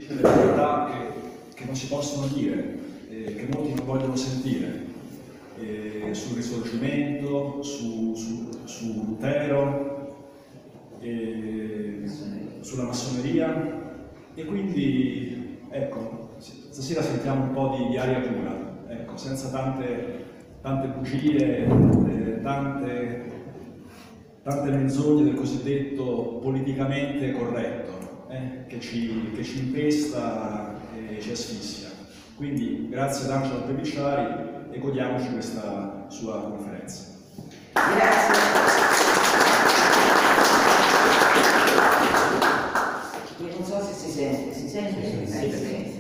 delle verità che non si possono dire, che molti non vogliono sentire, sul Risorgimento, su Lutero, sulla massoneria, e quindi ecco, stasera sentiamo un po' di aria pura, ecco, senza tante bugie, tante menzogne del cosiddetto politicamente corretto, che ci impesta e ci asfissia. Quindi grazie ad Angelo Trebicciari e godiamoci questa sua conferenza. Grazie. Io non so se si sente. Sì.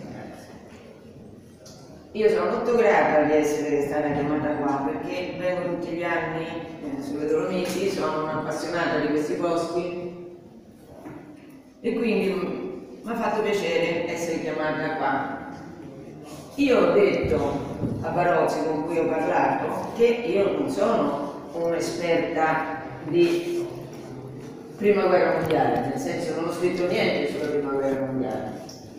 Io sono molto grata di essere stata chiamata qua perché vengo tutti gli anni sulle Dolomiti, sono un'appassionata di questi posti e quindi mi ha fatto piacere essere chiamata qua. Io ho detto a Barozzi, con cui ho parlato, che io non sono un'esperta di Prima Guerra Mondiale, nel senso non ho scritto niente sulla Prima Guerra Mondiale.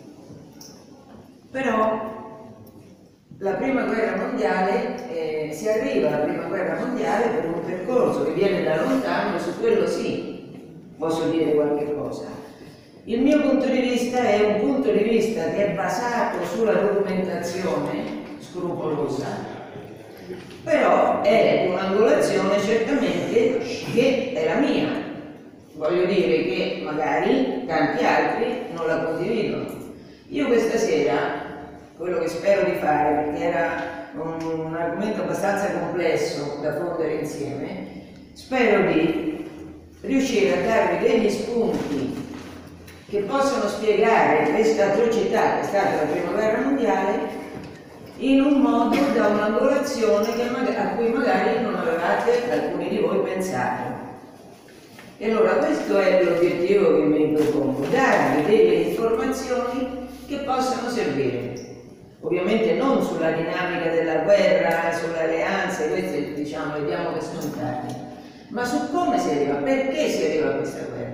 Però la Prima Guerra Mondiale, si arriva alla Prima Guerra Mondiale per un percorso che viene da lontano, e su quello sì, posso dire qualche cosa. Il mio punto di vista è un punto di vista che è basato sulla documentazione scrupolosa, però è un'angolazione certamente che è la mia. Voglio dire che magari tanti altri non la condividono. Io questa sera, quello che spero di fare, perché era un argomento abbastanza complesso da fondere insieme, spero di riuscire a darvi degli spunti che possono spiegare questa atrocità che è stata la Prima Guerra Mondiale in un modo, da un'angolazione a cui magari non avevate alcuni di voi pensato. E allora questo è l'obiettivo che mi propongo, darvi delle informazioni che possano servire. Ovviamente non sulla dinamica della guerra, sulle alleanze, queste diciamo vediamo che sono tardi, ma su come si arriva, perché si arriva a questa guerra.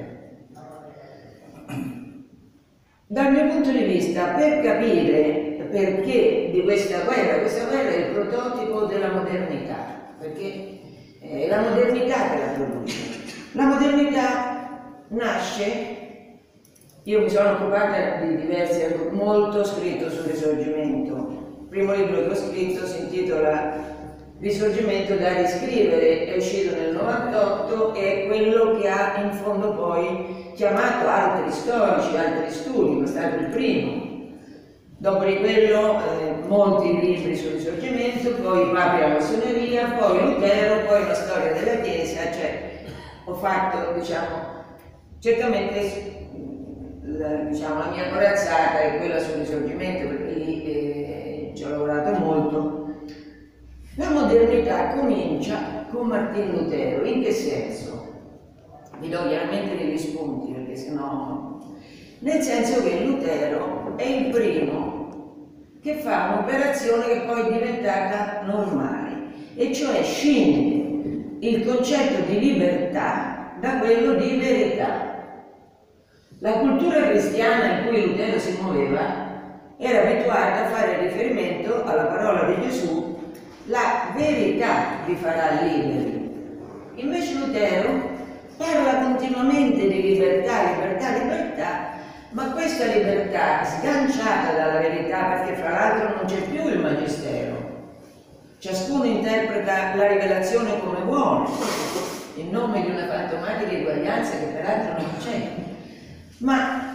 Dal mio punto di vista, per capire perché di questa guerra è il prototipo della modernità, perché è la modernità che la produce. La modernità nasce, io mi sono occupata di diversi, molto scritto sul Risorgimento. Il primo libro che ho scritto si intitola Risorgimento da riscrivere, è uscito nel 98 e è quello che ha in fondo poi chiamato altri storici, altri studi, ma è stato il primo. Dopo di quello molti libri sul Risorgimento, poi i papi alla massoneria, poi Lutero, poi la storia della Chiesa, cioè ho fatto, diciamo, certamente la mia corazzata è quella sul Risorgimento, perché lì ci ho lavorato molto. La modernità comincia con Martin Lutero. In che senso? Vi do chiaramente degli spunti, perché sennò... Nel senso che Lutero è il primo che fa un'operazione che poi è diventata normale, e cioè scinde il concetto di libertà da quello di verità. La cultura cristiana in cui Lutero si muoveva era abituata a fare riferimento alla parola di Gesù: la verità vi farà liberi. Invece Lutero parla continuamente di libertà, ma questa libertà sganciata dalla verità, perché fra l'altro non c'è più il magistero. Ciascuno interpreta la rivelazione come vuole, in nome di una fantomatica eguaglianza che peraltro non c'è. Ma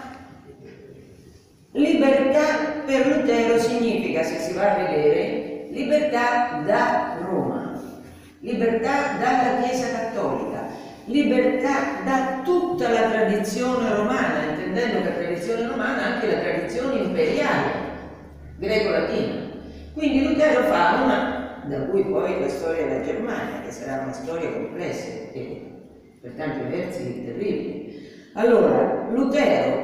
libertà per Lutero significa, se si va a vedere, libertà da Roma, libertà dalla Chiesa Cattolica, libertà da tutta la tradizione romana, intendendo per tradizione romana anche la tradizione imperiale greco-latina. Quindi Lutero fa una, da cui poi la storia della Germania, che sarà una storia complessa e per tanti versi terribile. Allora, Lutero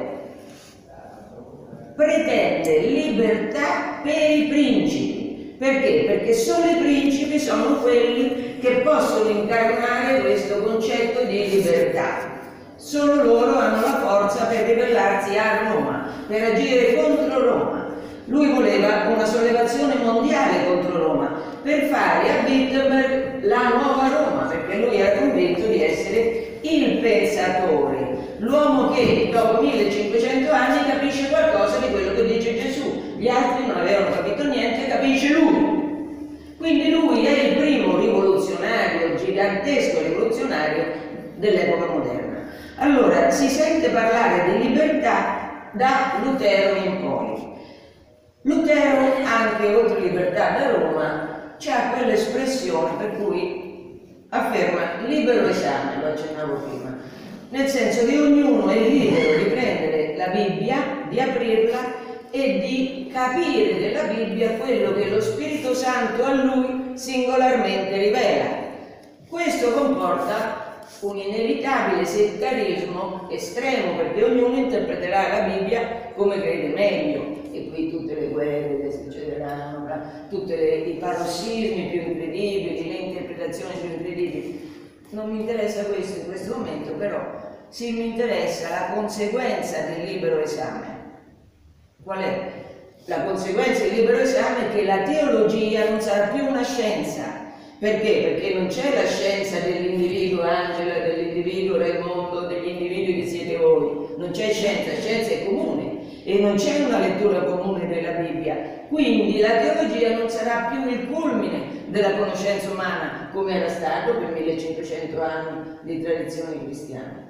pretende libertà per i principi. Perché? Perché solo i principi sono quelli che possono incarnare questo concetto di libertà. Solo loro hanno la forza per ribellarsi a Roma. per agire contro Roma. Lui voleva una sollevazione mondiale contro Roma per fare a Wittenberg la nuova Roma, perché lui era convinto di essere il pensatore, l'uomo che dopo 1500 anni capisce qualcosa di quello che dice Gesù. Gli altri non avevano capito niente, capisce lui. Quindi lui è il primo rivoluzionario, gigantesco rivoluzionario dell'epoca moderna. Allora, si sente parlare di libertà da Lutero in poi. Lutero, anche oltre libertà da Roma, c'ha quell'espressione per cui afferma libero esame, lo accennavo prima, nel senso che ognuno è libero di prendere la Bibbia, di aprirla e di capire della Bibbia quello che lo Spirito Santo a lui singolarmente rivela. Questo comporta un inevitabile settarismo estremo, perché ognuno interpreterà la Bibbia come crede meglio, e qui tutte le guerre che succederanno, tutti i parossismi più incredibili, le interpretazioni più incredibili. Non mi interessa questo in questo momento, però sì mi interessa la conseguenza del libero esame. Qual è? La conseguenza del libero esame è che la teologia non sarà più una scienza. Perché? Perché non c'è la scienza dell'individuo Angela, dell'individuo Raimondo, degli individui che siete voi. Non c'è scienza, la scienza è comune e non c'è una lettura comune della Bibbia. Quindi la teologia non sarà più il culmine della conoscenza umana come era stato per 1500 anni di tradizione cristiana.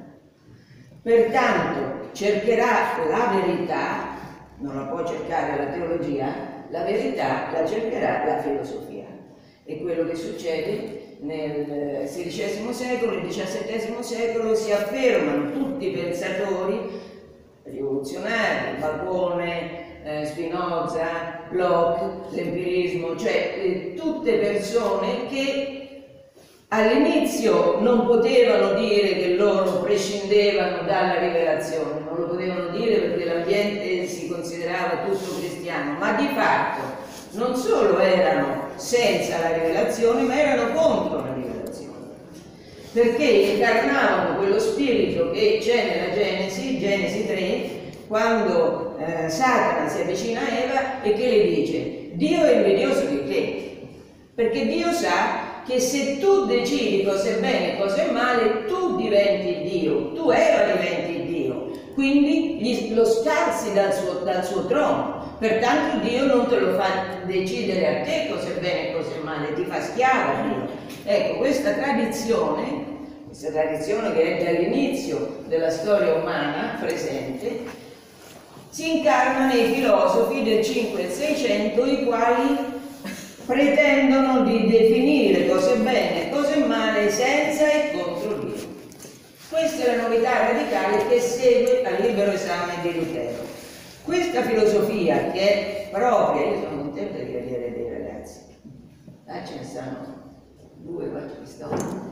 Pertanto cercherà la verità, non la può cercare la teologia, la verità la cercherà la filosofia. E quello che succede nel XVI secolo e XVII secolo: si affermano tutti i pensatori rivoluzionari, Bacone, Spinoza, Locke, l'empirismo, cioè tutte persone che all'inizio non potevano dire che loro prescindevano dalla rivelazione, non lo potevano dire perché l'ambiente si considerava tutto cristiano, ma di fatto non solo erano senza la rivelazione, ma erano contro la rivelazione, perché incarnavano quello spirito che c'è nella Genesi 3, quando Satana si avvicina a Eva e che le dice: Dio è invidioso di te, perché Dio sa che se tu decidi cosa è bene e cosa è male, tu diventi Dio, tu Eva diventi Dio, quindi lo scalzi dal suo trono. Pertanto Dio non te lo fa decidere a te cosa è bene e cosa è male, ti fa schiavo a Dio. Ecco, questa tradizione che è dall'inizio della storia umana presente, si incarna nei filosofi del 5 e 600, i quali pretendono di definire cosa è bene e cosa è male senza e contro Dio. Questa è la novità radicale che segue al libero esame di Lutero. Questa filosofia che è propria, io sono contenta di avere dei ragazzi, ce ne stanno 2, 4 che stanno.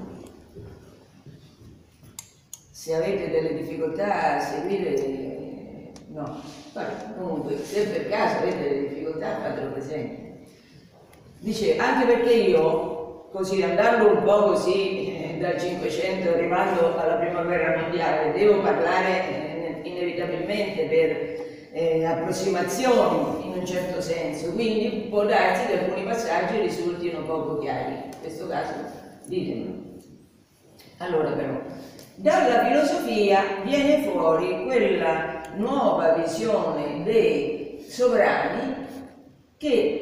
Se avete delle difficoltà a seguire, no, comunque se per caso avete delle difficoltà fatelo presente. Dice, anche perché io, così andando un po' così dal 500 arrivando alla prima guerra mondiale, devo parlare inevitabilmente per approssimazioni in un certo senso, quindi può darsi che alcuni passaggi risultino poco chiari. In questo caso ditemi. Allora però, dalla filosofia viene fuori quella nuova visione dei sovrani che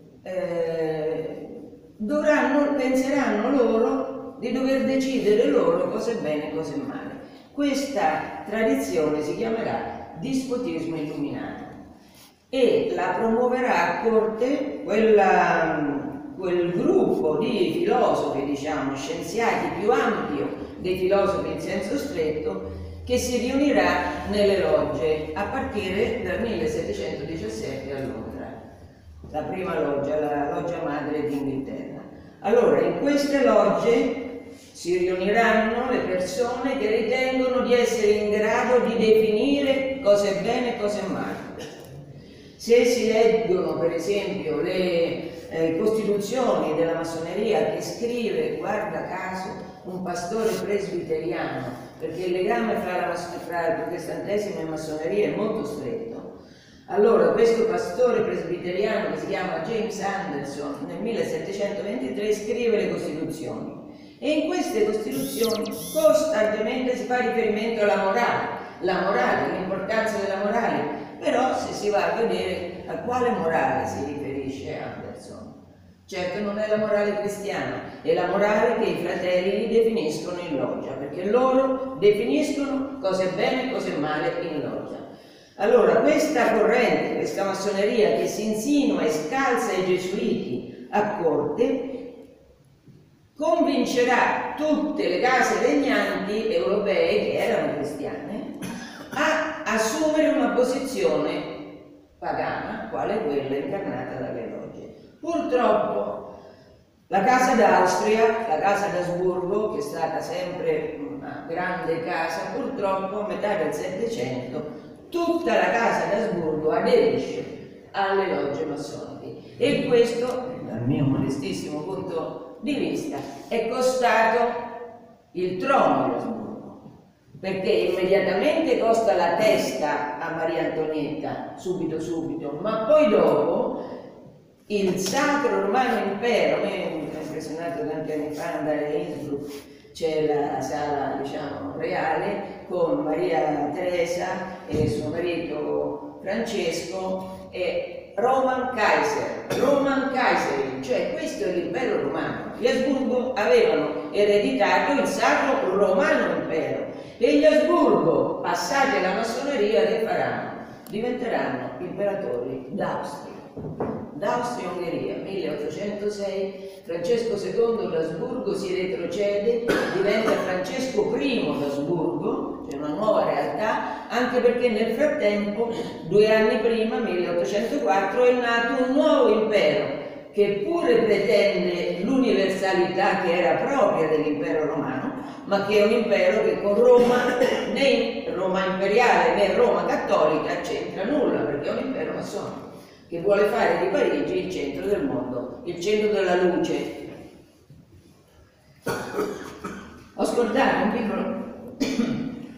penseranno loro di dover decidere loro cosa è bene e cosa è male. Questa tradizione si chiamerà dispotismo illuminato e la promuoverà a corte quel gruppo di filosofi, diciamo, scienziati più ampio dei filosofi in senso stretto, che si riunirà nelle logge a partire dal 1717 a Londra, la prima loggia, la loggia madre d'Inghilterra. Allora, in queste logge si riuniranno le persone che ritengono di essere in grado di definire cosa è bene e cosa è male. Se si leggono per esempio le costituzioni della massoneria che scrive, guarda caso, un pastore presbiteriano, perché il legame fra il protestantesimo e la massoneria è molto stretto, Allora questo pastore presbiteriano che si chiama James Anderson nel 1723 scrive le Costituzioni, e in queste Costituzioni costantemente si fa riferimento alla morale, l'importanza della morale, però se si va a vedere a quale morale si riferisce Anderson, certo non è la morale cristiana, è la morale che i fratelli definiscono in loggia, perché loro definiscono cosa è bene e cosa è male in loggia. Allora questa corrente, questa massoneria che si insinua e scalza i gesuiti a corte, convincerà tutte le case regnanti europee che erano cristiane a assumere una posizione pagana, quale quella incarnata dalle logge. Purtroppo la casa d'Austria, la casa d'Asburgo, che è stata sempre una grande casa, purtroppo a metà del Settecento tutta la casa d'Asburgo aderisce alle logge massoniche, e questo, dal mio modestissimo punto di vista, è costato il trono di Asburgo, perché immediatamente costa la testa a Maria Antonietta, subito, ma poi dopo il Sacro Romano Impero. Mi è impressionato tanti anni fa andare a Innsbruck, c'è la sala, diciamo, reale con Maria Teresa e suo marito Francesco e Roman Kaiser, cioè questo è l'impero romano. Gli Asburgo avevano ereditato il Sacro Romano Impero e gli Asburgo, passati alla massoneria, che faranno? Diventeranno imperatori d'Austria-Ungheria, 1806, Francesco II d'Asburgo si retrocede, diventa Francesco I d'Asburgo, cioè una nuova realtà, anche perché nel frattempo, 2 anni prima, 1804, è nato un nuovo impero che pure pretende l'universalità che era propria dell'impero romano, ma che è un impero che con Roma, né Roma imperiale né Roma cattolica, c'entra nulla, perché è un impero massonico che vuole fare di Parigi il centro del mondo, il centro della luce. Ho scordato un piccolo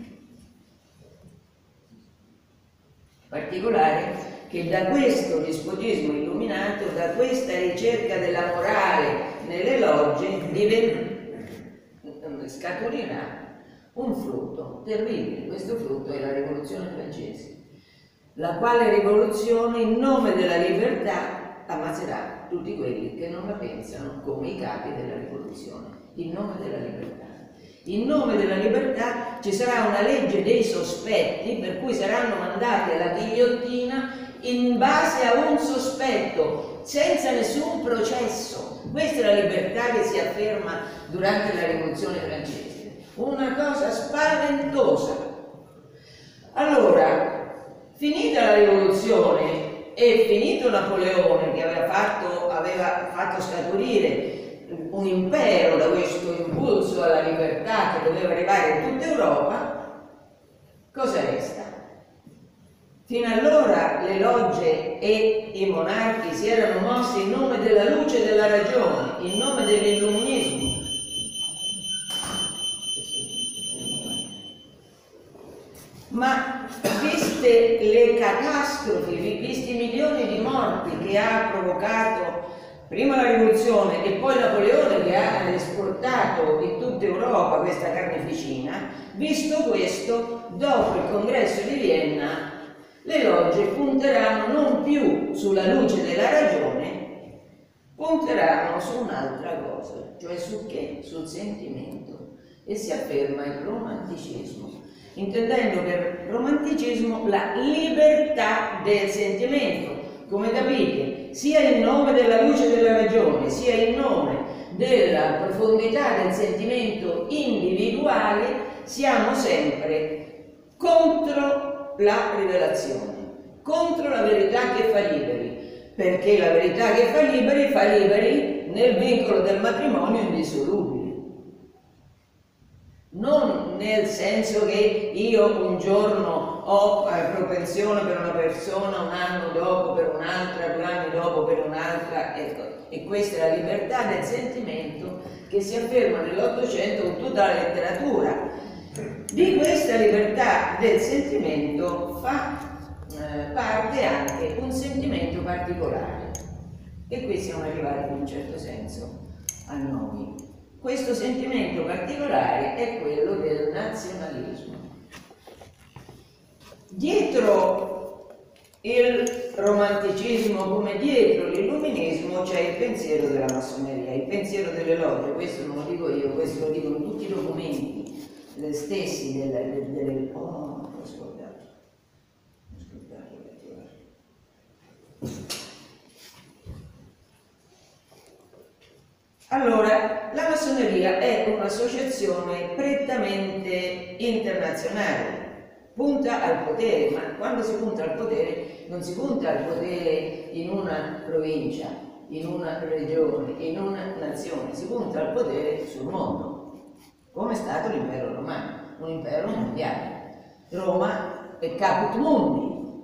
particolare, che da questo dispotismo illuminato, da questa ricerca della morale nelle logge, scaturirà un frutto terribile. Questo frutto è la rivoluzione francese, la quale rivoluzione, in nome della libertà, ammazzerà tutti quelli che non la pensano come i capi della rivoluzione. In nome della libertà. In nome della libertà ci sarà una legge dei sospetti, per cui saranno mandati alla ghigliottina in base a un sospetto, senza nessun processo. Questa è la libertà che si afferma durante la rivoluzione francese. Una cosa spaventosa. Allora, finita la rivoluzione e finito Napoleone, che aveva fatto scaturire un impero da questo impulso alla libertà che doveva arrivare in tutta Europa, cosa resta? Fino allora le logge e i monarchi si erano mossi in nome della luce e della ragione, in nome dell'illuminismo. Ma viste le catastrofi, visti i milioni di morti che ha provocato prima la rivoluzione e poi Napoleone, che ha esportato in tutta Europa questa carneficina, visto questo, dopo il congresso di Vienna, le logge punteranno non più sulla luce della ragione, punteranno su un'altra cosa, cioè su che? Sul sentimento, e si afferma il romanticismo, intendendo per romanticismo la libertà del sentimento. Come capite, sia in nome della luce della ragione, sia in nome della profondità del sentimento individuale, siamo sempre contro la rivelazione, contro la verità che fa liberi, perché la verità che fa liberi nel vincolo del matrimonio indissolubile. Non nel senso che io un giorno ho propensione per una persona, un anno dopo per un'altra, 2 anni dopo per un'altra, ecco. E questa è la libertà del sentimento che si afferma nell'Ottocento con tutta la letteratura. Di questa libertà del sentimento fa parte anche un sentimento particolare, e qui siamo arrivati in un certo senso a noi. Questo sentimento particolare è quello del nazionalismo. Dietro il romanticismo come dietro l'illuminismo c'è il pensiero della massoneria, il pensiero delle logge. Questo non lo dico io, questo lo dicono tutti i documenti stessi delle... Oh, ho scordato. Allora, la massoneria è un'associazione prettamente internazionale, punta al potere, ma quando si punta al potere non si punta al potere in una provincia, in una regione, in una nazione, si punta al potere sul mondo, come è stato l'impero romano, un impero mondiale. Roma è caput mundi.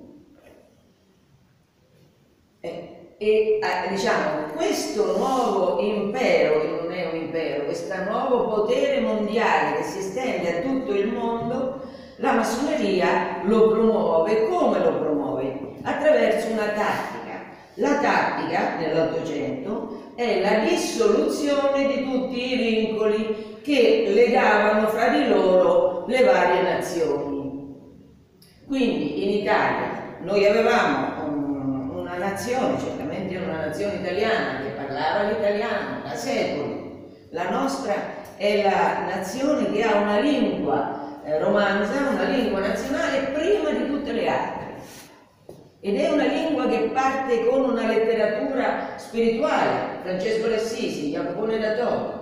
Diciamo, questo nuovo impero, non è un impero, questo nuovo potere mondiale che si estende a tutto il mondo, la massoneria lo promuove. Come lo promuove? Attraverso una tattica. La tattica nell'Ottocento è la dissoluzione di tutti i vincoli che legavano fra di loro le varie nazioni. Quindi in Italia noi avevamo una nazione, certamente una nazione italiana che parlava l'italiano da secoli. La nostra è la nazione che ha una lingua romanza, una lingua nazionale prima di tutte le altre, ed è una lingua che parte con una letteratura spirituale, Francesco d'Assisi, Jacopone da Toro.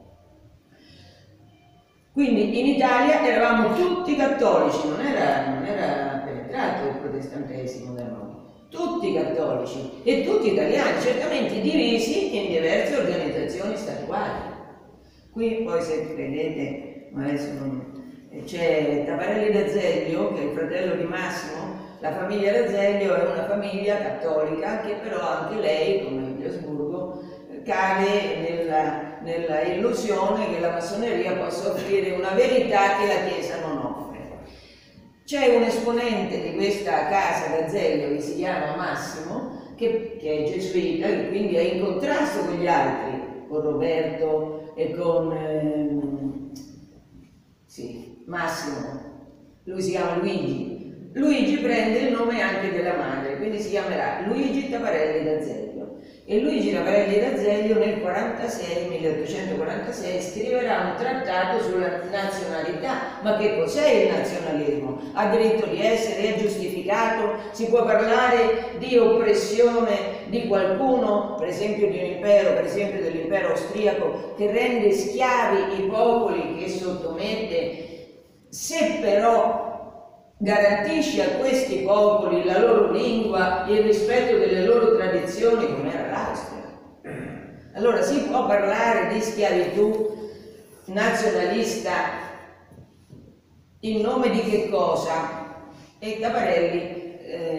Quindi in Italia eravamo tutti cattolici, non era penetrato il protestantesimo da noi, tutti cattolici e tutti italiani, certamente divisi in diverse organizzazioni statuali. Qui poi, se vedete, ma adesso c'è Taparelli d'Azeglio, che è il fratello di Massimo. La famiglia d'Azeglio è una famiglia cattolica che però anche lei, come di Asburgo, cade nella illusione che la massoneria possa offrire una verità che la Chiesa non offre. C'è un esponente di questa casa d'Azeglio che si chiama Massimo, che è gesuita, e quindi è in contrasto con gli altri, con Roberto e con Massimo. Lui si chiama Luigi. Luigi prende il nome anche della madre, quindi si chiamerà Luigi Taparelli d'Azeglio. E Luigi Taparelli d'Azeglio nel 1846 scriverà un trattato sulla nazionalità. Ma che cos'è il nazionalismo? Ha diritto di essere, è giustificato? Si può parlare di oppressione di qualcuno, per esempio di un impero, per esempio dell'impero austriaco, che rende schiavi i popoli che sottomette, se però garantisce a questi popoli la loro lingua e il rispetto delle loro tradizioni, come era l'Austria. Allora si può parlare di schiavitù nazionalista in nome di che cosa? E Taparelli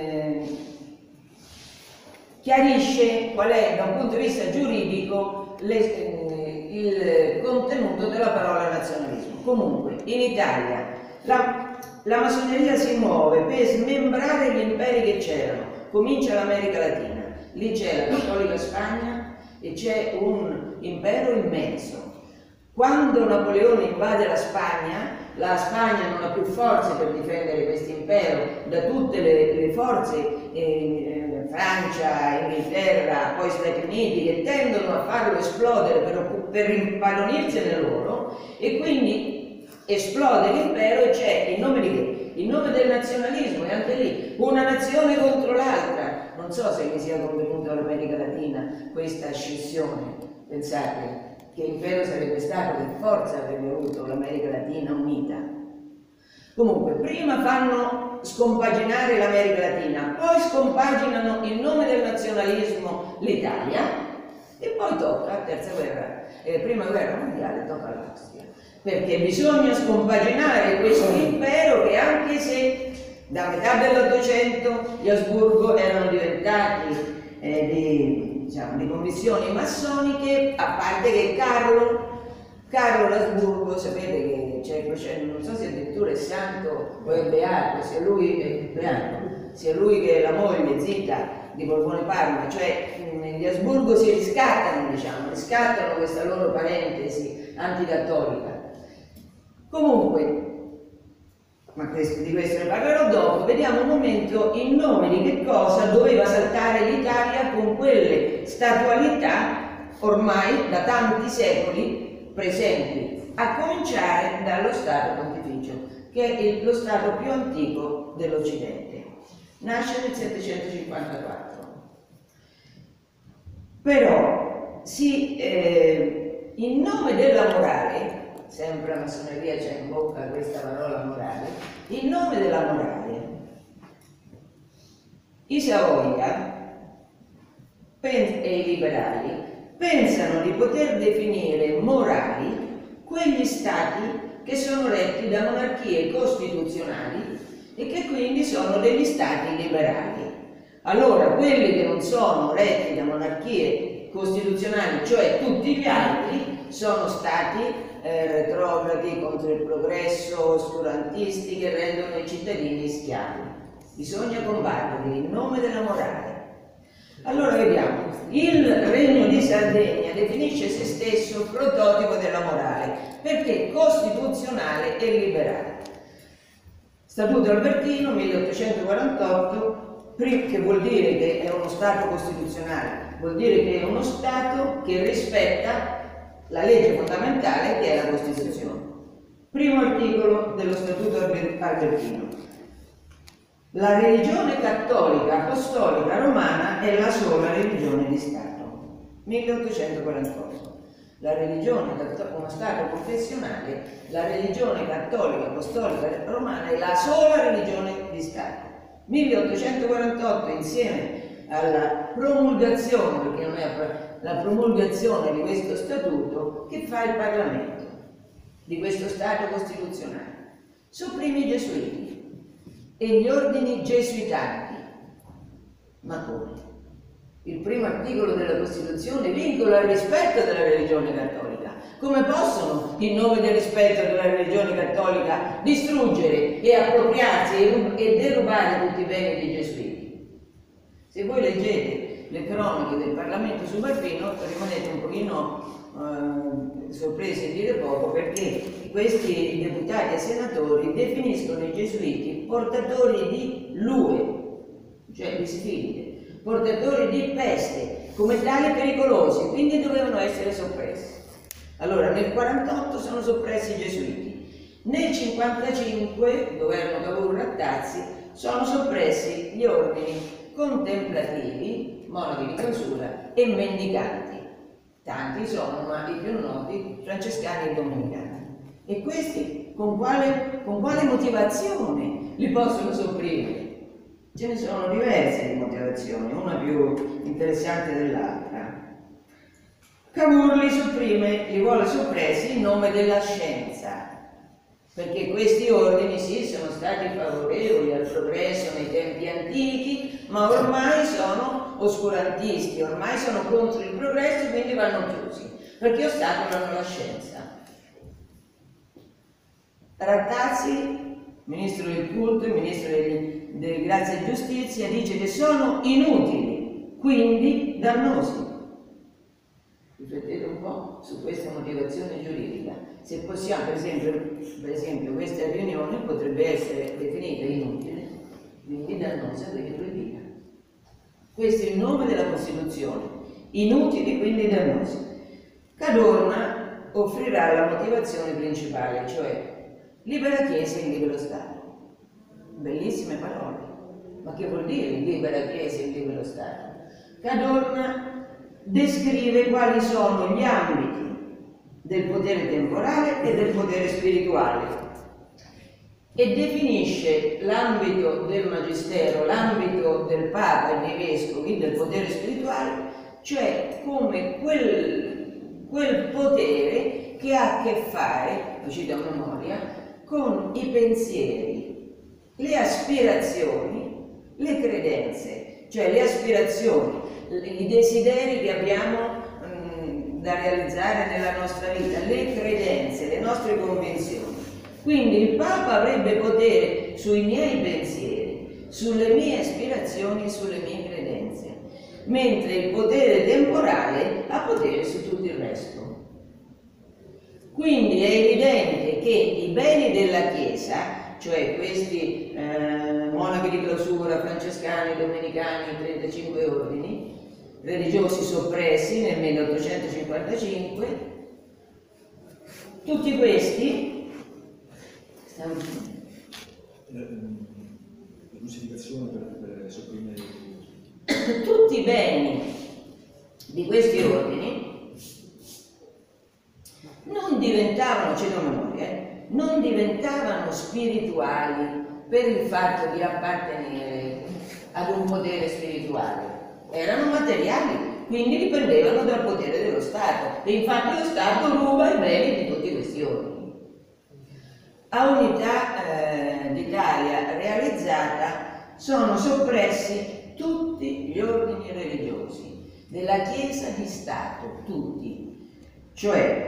chiarisce qual è, da un punto di vista giuridico, il contenuto della parola nazionalismo. Comunque, in Italia la massoneria si muove per smembrare gli imperi che c'erano. Comincia l'America Latina, lì c'è la Cattolica Spagna e c'è un impero immenso. Quando Napoleone invade la Spagna non ha più forze per difendere questo impero da tutte le forze, Francia, Inghilterra, poi Stati Uniti, che tendono a farlo esplodere per impadronirsene loro, e quindi esplode l'impero e c'è, in nome di che? In nome del nazionalismo, e anche lì una nazione contro l'altra. Non so se mi sia convenuto all'America Latina questa scissione. Pensate che impero sarebbe stato, che forza avrebbe avuto l'America Latina unita. Comunque, prima fanno scompaginare l'America Latina, poi scompaginano in nome del nazionalismo l'Italia, e poi tocca, prima guerra mondiale, tocca all'Austria. Perché bisogna scompaginare questo impero che, anche se da metà dell'Ottocento gli Asburgo erano diventati di condizioni massoniche, a parte che Carlo l'Asburgo, sapete che c'è, non so se addirittura è santo o è beato, se lui è beato, sia lui che la moglie Zita di Borbone Parma, cioè gli Asburgo si riscattano, diciamo, riscattano questa loro parentesi anticattolica. Comunque, ma di questo ne parlerò dopo, vediamo un momento in nome di che cosa doveva saltare l'Italia con quelle statualità ormai da tanti secoli presenti, a cominciare dallo Stato Pontificio, che è lo Stato più antico dell'Occidente. Nasce nel 754. Però in nome della morale, sempre la massoneria c'è in bocca questa parola morale, in nome della morale, i Savoia e i liberali pensano di poter definire morali quegli stati che sono retti da monarchie costituzionali e che quindi sono degli stati liberali. Allora, quelli che non sono retti da monarchie costituzionali, cioè tutti gli altri, sono stati retrogradi, contro il progresso, oscurantisti che rendono i cittadini schiavi. Bisogna combatterli in nome della morale. Allora vediamo, il Regno di Sardegna definisce se stesso prototipo della morale perché costituzionale e liberale. Statuto Albertino 1848, che vuol dire che è uno Stato costituzionale, vuol dire che è uno Stato che rispetta la legge fondamentale che è la Costituzione. Primo articolo dello Statuto Albertino. La religione cattolica apostolica romana è la sola religione di Stato. 1848. La religione, uno Stato confessionale, la religione cattolica apostolica romana è la sola religione di Stato. 1848, insieme alla promulgazione, perché non è la promulgazione di questo statuto, che fa il Parlamento di questo Stato costituzionale. Sopprime i gesuiti e gli ordini gesuitanti. Ma come? Il primo articolo della Costituzione vincola il rispetto della religione cattolica. Come possono, in nome del rispetto della religione cattolica, distruggere e appropriarsi e derubare tutti i beni dei gesuiti? Se voi leggete le croniche del Parlamento subalpino rimanete un pochino sorpresi a dire poco, perché questi deputati e senatori definiscono i gesuiti portatori di lue, cioè di sifilide, portatori di peste, come tali pericolosi, quindi dovevano essere soppressi. Allora nel 48 sono soppressi i gesuiti, nel 55, governo Cavour-Rattazzi, sono soppressi gli ordini contemplativi, monaci di clausura e mendicanti. Tanti sono, ma i più noti francescani e domenicani. E questi con quale motivazione li possono sopprimere? Ce ne sono diverse di motivazioni, una più interessante dell'altra. Cavour li vuole soppressi in nome della scienza, perché questi ordini sì sono stati favorevoli al progresso nei tempi antichi, ma ormai sono oscurantisti, ormai sono contro il progresso, quindi vanno chiusi, perché ostacolano la scienza. Rattazzi, ministro del culto, ministro di grazia e giustizia, dice che sono inutili, quindi dannosi. Riflettete un po' su questa motivazione giuridica. Se possiamo, per esempio questa riunione potrebbe essere definita inutile, quindi dannosa, quindi proibita. Questo è il nome della Costituzione, inutili quindi dannosi. Cadorna offrirà la motivazione principale, cioè libera Chiesa e libero Stato. Bellissime parole, ma che vuol dire libera Chiesa e libero Stato? Cadorna descrive quali sono gli ambiti del potere temporale e del potere spirituale e definisce l'ambito del Magistero, l'ambito del Papa e dei Vescovi, del potere spirituale, cioè come quel potere che ha a che fare, lo cito a memoria, con i pensieri, le aspirazioni, le credenze, cioè le aspirazioni, i desideri che abbiamo da realizzare nella nostra vita, le credenze, le nostre convinzioni. Quindi il Papa avrebbe potere sui miei pensieri, sulle mie aspirazioni e sulle mie credenze, mentre il potere temporale ha potere su tutto il resto. Quindi è evidente che i beni della Chiesa, cioè questi monachi di clausura, francescani, domenicani, 35 ordini religiosi soppressi nel 1855, tutti questi giustificazione per sopprimere tutti i beni di questi ordini non diventavano, cedo memoria, non diventavano spirituali per il fatto di appartenere ad un potere spirituale, erano materiali, quindi dipendevano dal potere dello Stato, e infatti lo Stato ruba i beni di tutti questi ordini. A Unità d'Italia realizzata sono soppressi tutti gli ordini religiosi della Chiesa di Stato, tutti, cioè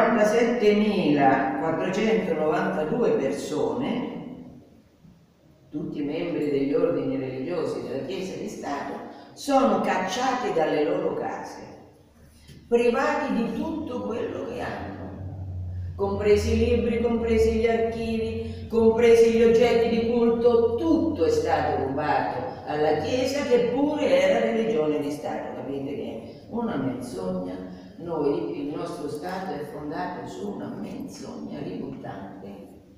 57.492 persone, tutti membri degli ordini religiosi della Chiesa di Stato, sono cacciati dalle loro case, privati di tutto quello che hanno, compresi i libri, compresi gli archivi, compresi gli oggetti di culto, tutto è stato rubato alla Chiesa, che pure era religione di Stato. Capite che è una menzogna? Il nostro Stato è fondato su una menzogna ributtante.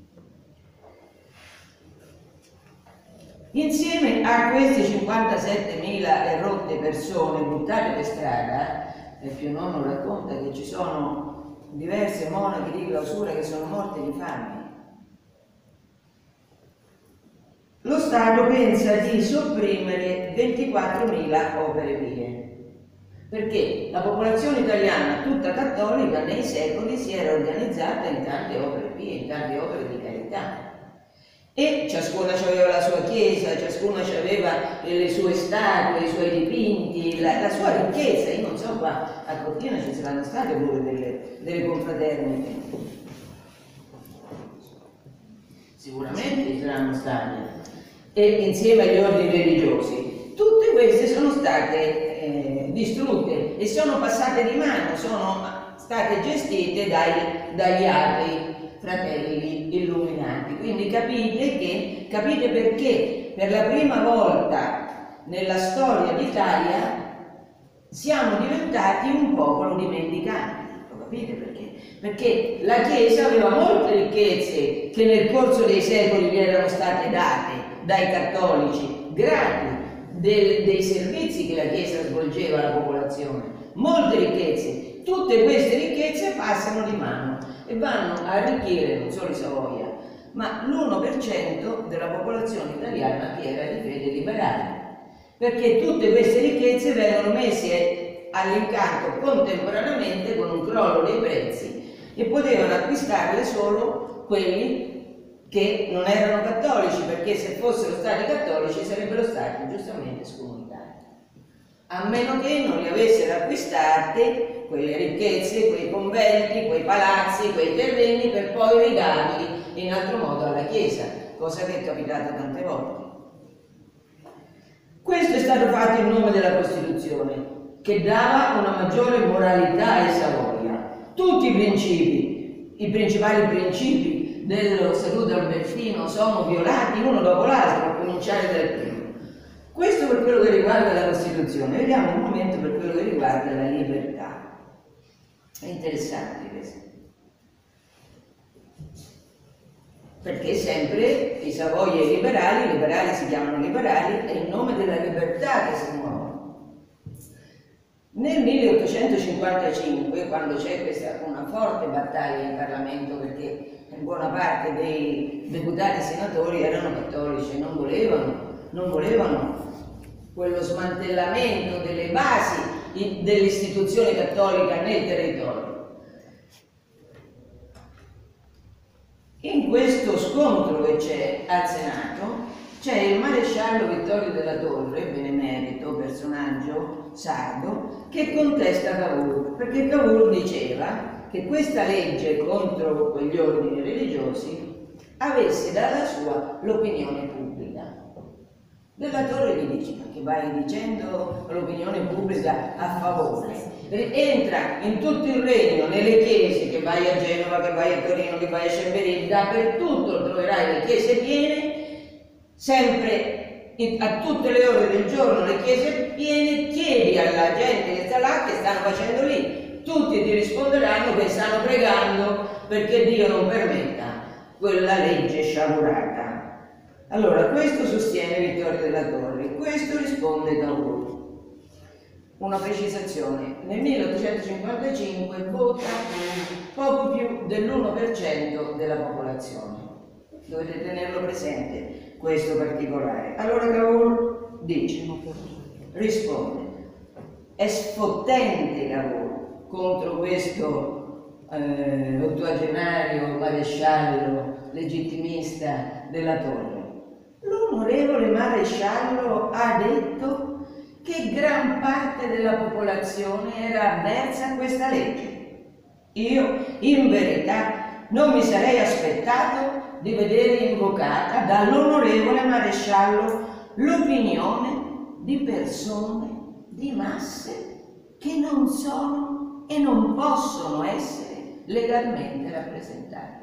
Insieme a questi 57.000 erotte persone buttate per strada, Pio IX racconta che ci sono diverse monache di clausura che sono morte di fame. Lo Stato pensa di sopprimere 24.000 opere pie, perché la popolazione italiana tutta cattolica nei secoli si era organizzata in tante opere pie, in tante opere di carità, e ciascuna aveva la sua chiesa, ciascuna aveva le sue statue, i suoi dipinti, la sua ricchezza. Io non so, qua a Cortina ci saranno state pure delle confraternite, sicuramente ci saranno state, e insieme agli ordini religiosi. Tutte queste sono state distrutte e sono passate di mano, sono state gestite dagli altri fratelli illuminati. Quindi capite perché per la prima volta nella storia d'Italia siamo diventati un popolo dimenticato. Lo capite perché? Perché la Chiesa aveva molte ricchezze che nel corso dei secoli gli erano state date dai cattolici, gratis, dei servizi che la Chiesa svolgeva alla popolazione, molte ricchezze. Tutte queste ricchezze passano di mano e vanno a arricchire non solo i Savoia, ma l'1% della popolazione italiana che era di fede liberale, perché tutte queste ricchezze vengono messe all'incanto contemporaneamente con un crollo dei prezzi e potevano acquistarle solo quelli che non erano cattolici, perché se fossero stati cattolici sarebbero stati giustamente scomunitati, a meno che non li avessero acquistate quelle ricchezze, quei conventi, quei palazzi, quei terreni, per poi ridarli in altro modo alla Chiesa, cosa che è capitata tante volte. Questo è stato fatto in nome della Costituzione, che dava una maggiore moralità ai Savoia. Tutti i principali principi dello Statuto Albertino sono violati uno dopo l'altro, a cominciare dal primo. Questo per quello che riguarda la Costituzione. Vediamo un momento per quello che riguarda la libertà. È interessante questo, perché sempre i Savoia i liberali si chiamano liberali, è in nome della libertà che si muovono. Nel 1855, quando c'è una forte battaglia in Parlamento, perché buona parte dei deputati e senatori erano cattolici e non volevano quello smantellamento delle basi dell'istituzione cattolica nel territorio. In questo scontro che c'è al Senato c'è il maresciallo Vittorio della Torre, benemerito, personaggio sardo, che contesta Cavour, perché Cavour diceva che questa legge contro quegli ordini religiosi avesse dalla sua l'opinione pubblica. Della Torre gli dice: ma che vai dicendo l'opinione pubblica a favore? Entra in tutto il regno, nelle chiese, che vai a Genova, che vai a Torino, che vai a Chambery, dappertutto troverai le chiese piene, sempre a tutte le ore del giorno le chiese piene. Chiedi alla gente che sta là, che stanno facendo lì, tutti ti risponderanno che stanno pregando perché Dio non permetta quella legge sciagurata. Allora, questo sostiene Vittorio della Torre, questo risponde Cavour. Una precisazione: nel 1855 vota poco più dell'1% della popolazione. Dovete tenerlo presente questo particolare. Allora Cavour dice, risponde, è sfottente Cavour contro questo ottuagenario maresciallo legittimista della Torre. L'onorevole maresciallo ha detto che gran parte della popolazione era avversa a questa legge. Io, in verità, non mi sarei aspettato di vedere invocata dall'onorevole maresciallo l'opinione di persone, di masse, che non sono e non possono essere legalmente rappresentate.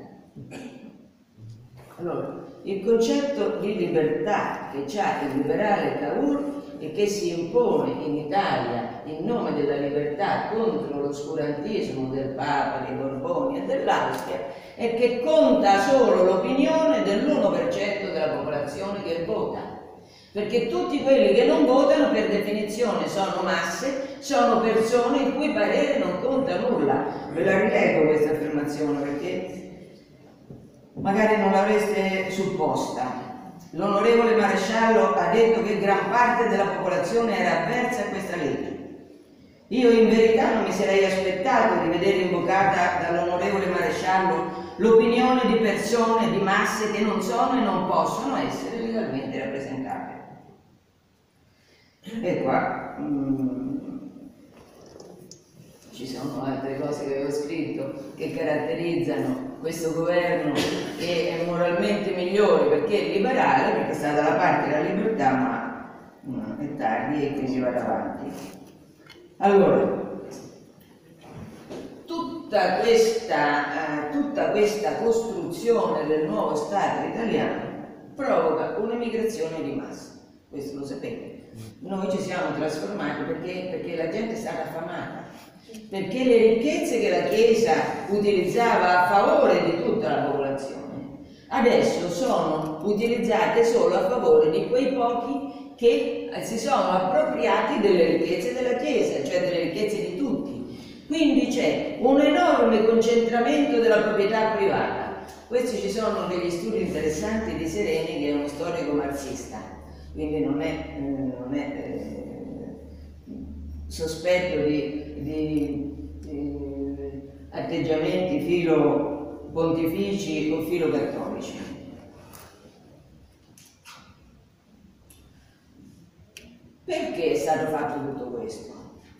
Allora, il concetto di libertà che ha il liberale Cavour e che si impone in Italia in nome della libertà contro l'oscurantismo del Papa, dei Borboni e dell'Austria, è che conta solo l'opinione dell'1% della popolazione che vota, perché tutti quelli che non votano per definizione sono masse, sono persone il cui parere non conta nulla. Ve la rileggo questa affermazione perché magari non l'avreste supposta. L'onorevole maresciallo ha detto che gran parte della popolazione era avversa a questa legge. Io in verità non mi sarei aspettato di vedere invocata dall'onorevole maresciallo l'opinione di persone, di masse che non sono e non possono essere legalmente rappresentate. E qua ci sono altre cose che avevo scritto che caratterizzano questo governo, che è moralmente migliore perché è liberale, perché sta dalla parte della libertà, ma è tardi e quindi vado avanti. Allora, tutta questa costruzione del nuovo Stato italiano provoca un'emigrazione di massa. Questo lo sapete. Noi ci siamo trasformati perché la gente è stata affamata, perché le ricchezze che la Chiesa utilizzava a favore di tutta la popolazione adesso sono utilizzate solo a favore di quei pochi che si sono appropriati delle ricchezze della Chiesa, cioè delle ricchezze di tutti. Quindi c'è un enorme concentramento della proprietà privata. Questi ci sono degli studi interessanti di Sereni, che è uno storico marxista, quindi non è sospetto di atteggiamenti filo pontifici o filo cattolici. Perché è stato fatto tutto questo?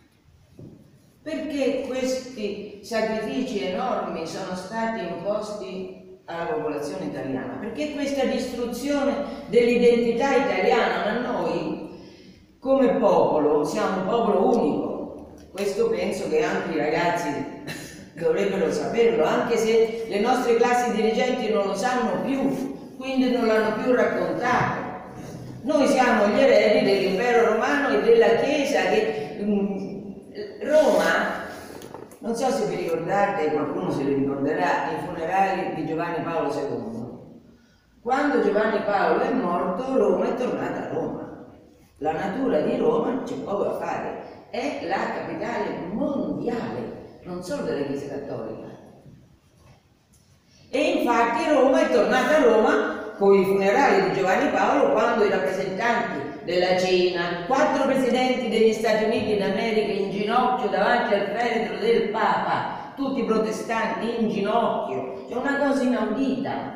Perché questi sacrifici enormi sono stati imposti alla popolazione italiana? Perché questa distruzione dell'identità italiana, a noi come popolo siamo un popolo unico. Questo penso che anche i ragazzi dovrebbero saperlo, anche se le nostre classi dirigenti non lo sanno più, quindi non l'hanno più raccontato. Noi siamo gli eredi dell'impero romano e della Chiesa che Roma, non so se vi ricordate, qualcuno se li ricorderà, i funerali di Giovanni Paolo II. Quando Giovanni Paolo è morto, Roma è tornata a Roma. La natura di Roma c'è poco da fare, è la capitale mondiale, non solo della Chiesa Cattolica. E infatti Roma è tornata a Roma con i funerali di Giovanni Paolo, quando i rappresentanti della Cina, 4 presidenti degli Stati Uniti d'America in ginocchio davanti al feretro del Papa, tutti protestanti in ginocchio, c'è una cosa inaudita.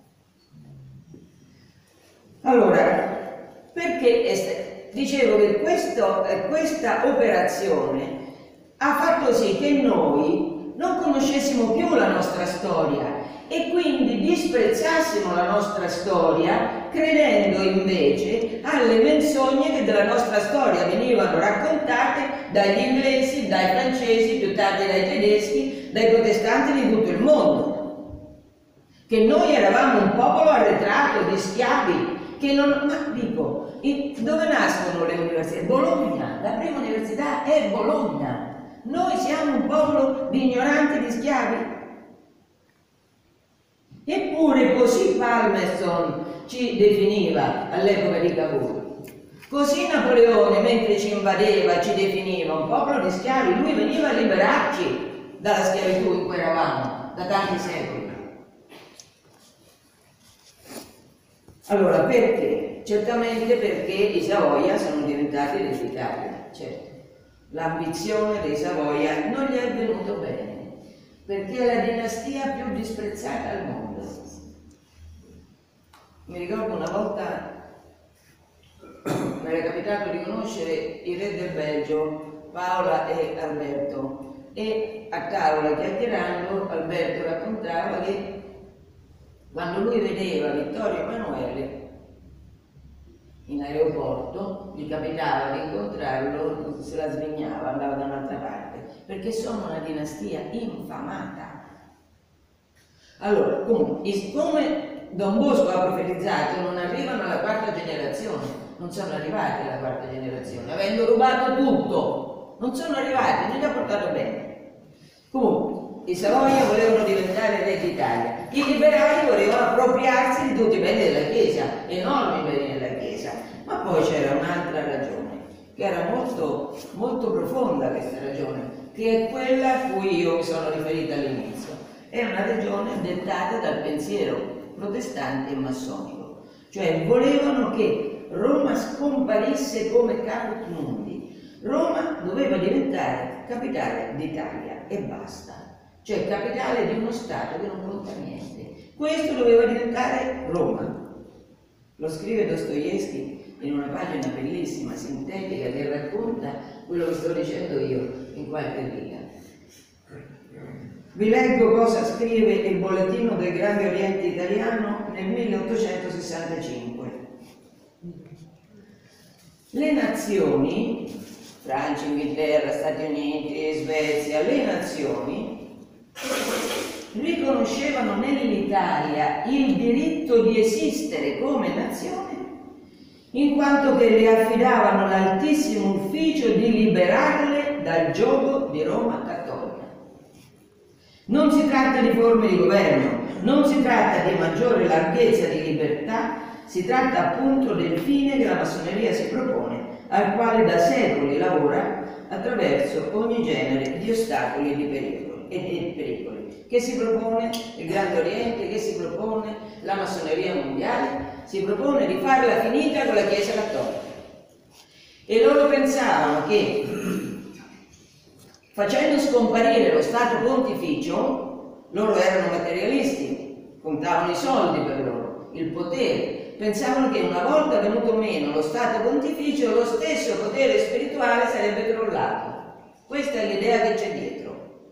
Allora, perché dicevo che questa operazione ha fatto sì che noi non conoscessimo più la nostra storia e quindi disprezzassimo la nostra storia credendo invece alle menzogne che della nostra storia venivano raccontate dagli inglesi, dai francesi, più tardi dai tedeschi, dai protestanti di tutto il mondo, che noi eravamo un popolo arretrato di schiavi, che non... Ma dico, dove nascono le università? Bologna, la prima università è Bologna. Noi siamo un popolo di ignoranti, di schiavi. Eppure così Palmerston ci definiva all'epoca di Cavour, così Napoleone mentre ci invadeva ci definiva un popolo di schiavi. Lui veniva a liberarci dalla schiavitù in cui eravamo da tanti secoli. Allora perché? Certamente perché i Savoia sono diventati re d'Italia, certo. L'ambizione dei Savoia non gli è venuto bene, perché è la dinastia più disprezzata al mondo. Mi ricordo una volta mi era capitato di conoscere i re del Belgio, Paola e Alberto, e a tavola chiacchierando Alberto raccontava che quando lui vedeva Vittorio Emanuele in aeroporto, gli capitava di incontrarlo, se la svignava, andava da un'altra parte, perché sono una dinastia infamata. Allora, comunque, siccome Don Bosco ha profetizzato, non arrivano alla quarta generazione, non sono arrivati alla quarta generazione, avendo rubato tutto, non sono arrivati, non gli ha portato bene. Comunque, i Savoia volevano diventare re d'Italia, i liberali volevano appropriarsi di tutti i beni della Chiesa, enormi beni della Chiesa, ma poi c'era un'altra ragione, che era molto, molto profonda questa ragione, che è quella a cui io mi sono riferita all'inizio. È una ragione dettata dal pensiero protestante e massonico, cioè volevano che Roma scomparisse come caput mundi. Roma doveva diventare capitale d'Italia e basta, cioè capitale di uno Stato che non conta niente. Questo doveva diventare Roma. Lo scrive Dostoevskij in una pagina bellissima, sintetica, che racconta quello che sto dicendo io in qualche riga. Vi leggo cosa scrive il Bollettino del Grande Oriente Italiano nel 1865. Le nazioni, Francia, Inghilterra, Stati Uniti, Svezia, le nazioni riconoscevano nell'Italia il diritto di esistere come nazione, in quanto che le affidavano l'altissimo ufficio di liberarle dal giogo di Roma cattolica. Non si tratta di forme di governo, non si tratta di maggiore larghezza di libertà, si tratta appunto del fine che la massoneria si propone, al quale da secoli lavora attraverso ogni genere di ostacoli e di pericoli. Che si propone il Grande Oriente, che si propone la massoneria mondiale? Si propone di farla finita con la Chiesa Cattolica. E loro pensavano che facendo scomparire lo Stato pontificio, loro erano materialisti, contavano i soldi per loro, il potere, pensavano che una volta venuto meno lo Stato pontificio, lo stesso potere spirituale sarebbe crollato. Questa è l'idea che c'è dietro.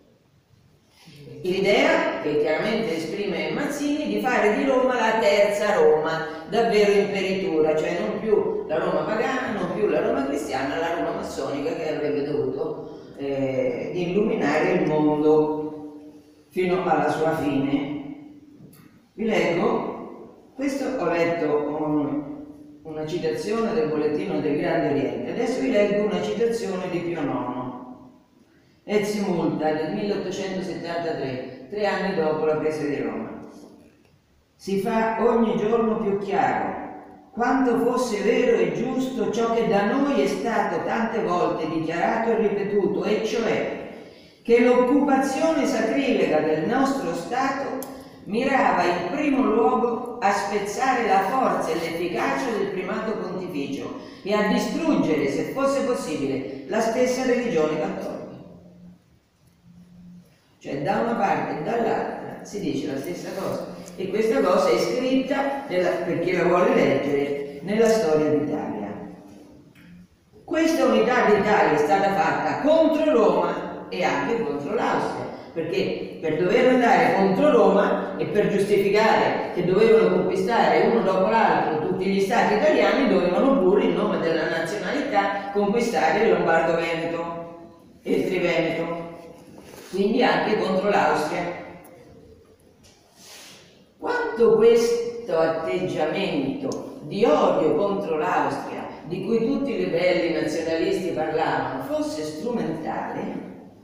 L'idea, che chiaramente esprime Mazzini, di fare di Roma la terza Roma, davvero imperitura, cioè non più la Roma pagana, non più la Roma cristiana, la Roma massonica che avrebbe dovuto illuminare il mondo fino alla sua fine. Vi leggo, questo ho letto una citazione del Bollettino del Grande Oriente, adesso vi leggo una citazione di Pio IX. Et multa del 1873, 3 anni dopo la presa di Roma. Si fa ogni giorno più chiaro quanto fosse vero e giusto ciò che da noi è stato tante volte dichiarato e ripetuto, e cioè che l'occupazione sacrilega del nostro Stato mirava in primo luogo a spezzare la forza e l'efficacia del primato pontificio e a distruggere, se fosse possibile, la stessa religione cattolica. Cioè da una parte e dall'altra si dice la stessa cosa, e questa cosa è scritta, per chi la vuole leggere, nella storia d'Italia. Questa unità d'Italia è stata fatta contro Roma e anche contro l'Austria, perché per dover andare contro Roma e per giustificare che dovevano conquistare uno dopo l'altro tutti gli stati italiani dovevano pure, in nome della nazionalità, conquistare il Lombardo-Veneto e il Triveneto, quindi anche contro l'Austria. Quanto questo atteggiamento di odio contro l'Austria, di cui tutti i ribelli nazionalisti parlavano, fosse strumentale,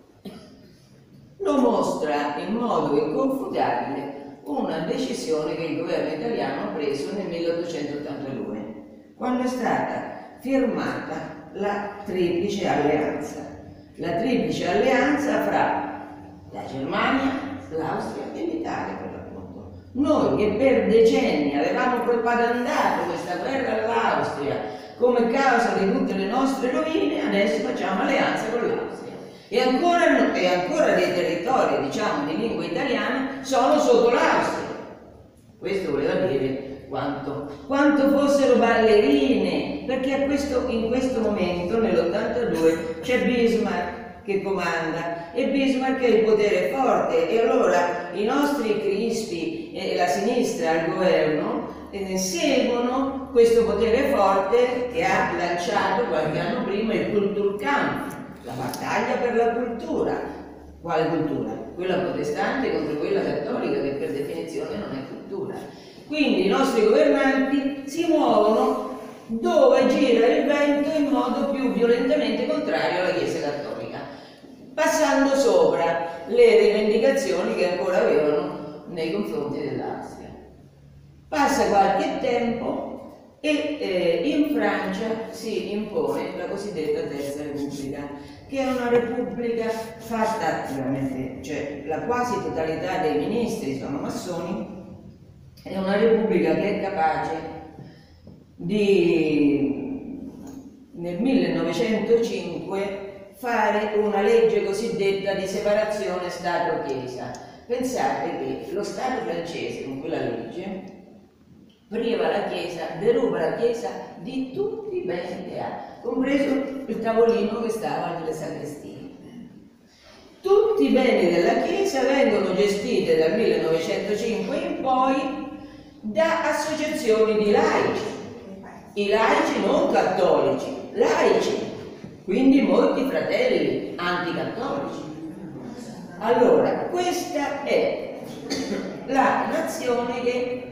lo mostra in modo inconfutabile una decisione che il governo italiano ha preso nel 1882, quando è stata firmata la Triplice Alleanza. La Triplice Alleanza fra la Germania, l'Austria e l'Italia, per l'appunto. Noi che per decenni avevamo propagandato questa guerra all'Austria come causa di tutte le nostre rovine, adesso facciamo alleanza con l'Austria. E ancora dei territori, diciamo, di lingua italiana sono sotto l'Austria. Questo voleva dire quanto fossero ballerine, perché in questo momento, nell'82, c'è Bismarck che comanda, e Bismarck è il potere forte, e allora i nostri crispi e la sinistra al governo seguono questo potere forte che ha lanciato qualche anno prima il Kulturkampf, la battaglia per la cultura. Quale cultura? Quella protestante contro quella cattolica, che per definizione non è cultura. Quindi i nostri governanti si muovono dove gira il vento in modo più violentemente contrario alla Chiesa cattolica, passando sopra le rivendicazioni che ancora avevano nei confronti dell'Austria. Passa qualche tempo e in Francia si impone la cosiddetta Terza Repubblica, che è una repubblica fatta veramente, cioè la quasi totalità dei ministri sono massoni, è una repubblica che è capace di, nel 1905, fare una legge cosiddetta di separazione Stato-Chiesa. Pensate che lo Stato francese con quella legge priva la Chiesa, deruba la Chiesa di tutti i beni che ha, compreso il tavolino che stava nelle sagrestine. Tutti i beni della Chiesa vengono gestiti dal 1905 in poi da associazioni di laici, i laici non cattolici, laici, quindi molti fratelli anticattolici. Allora, questa è la nazione che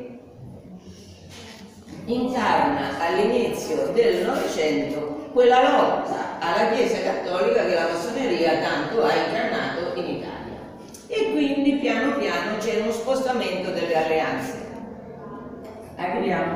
incarna all'inizio del Novecento quella lotta alla Chiesa cattolica che la massoneria tanto ha incarnato in Italia. E quindi piano piano c'è uno spostamento delle alleanze. Arriviamo.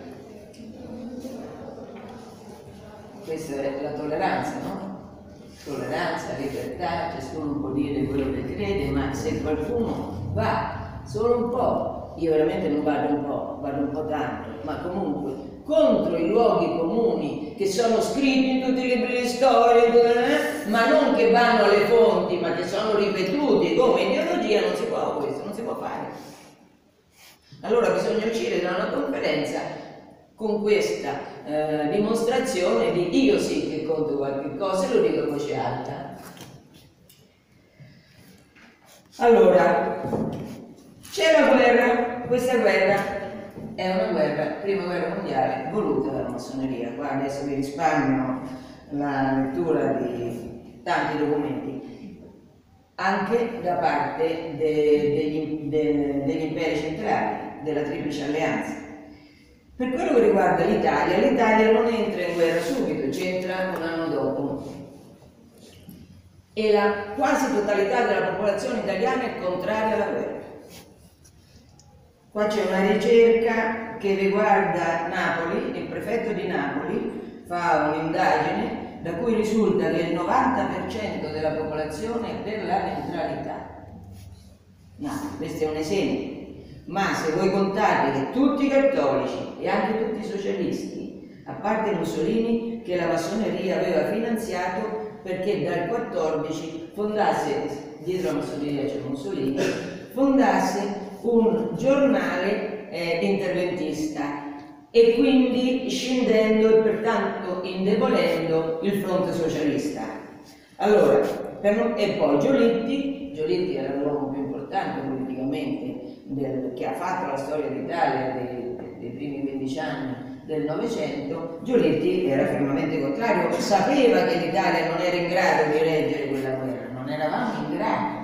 Questa è la tolleranza, no? Tolleranza, libertà, ciascuno può dire quello che crede, ma se qualcuno va solo un po', io veramente non vado un po' tanto, ma comunque contro i luoghi comuni che sono scritti in tutti i libri di storia, ma non che vanno alle fonti, ma che sono ripetuti come ideologia, non si può questo, non si può fare. Allora bisogna uscire da una conferenza con questa dimostrazione di io sì che conto qualche cosa e lo dico a voce alta. Allora, c'è la guerra, questa guerra è una guerra, prima guerra mondiale, voluta dalla massoneria. Qua adesso vi risparmio la lettura di tanti documenti, anche da parte degli imperi centrali, della Triplice Alleanza. Per quello che riguarda l'Italia, l'Italia non entra in guerra subito, ci entra un anno dopo. E la quasi totalità della popolazione italiana è contraria alla guerra. Qua c'è una ricerca che riguarda Napoli, il prefetto di Napoli fa un'indagine da cui risulta che il 90% della popolazione è per la neutralità. No, questo è un esempio. Ma se voi contate che tutti i cattolici e anche tutti i socialisti, a parte Mussolini, che la massoneria aveva finanziato perché dal 14 fondasse, dietro la massoneria c'è Mussolini, fondasse un giornale interventista e quindi scendendo e pertanto indebolendo il fronte socialista. Allora, e poi Giolitti era l'uomo più importante politicamente che ha fatto la storia d'Italia dei primi 15 anni del Novecento, Giolitti era fermamente contrario, sapeva che l'Italia non era in grado di reggere quella guerra, non eravamo in grado.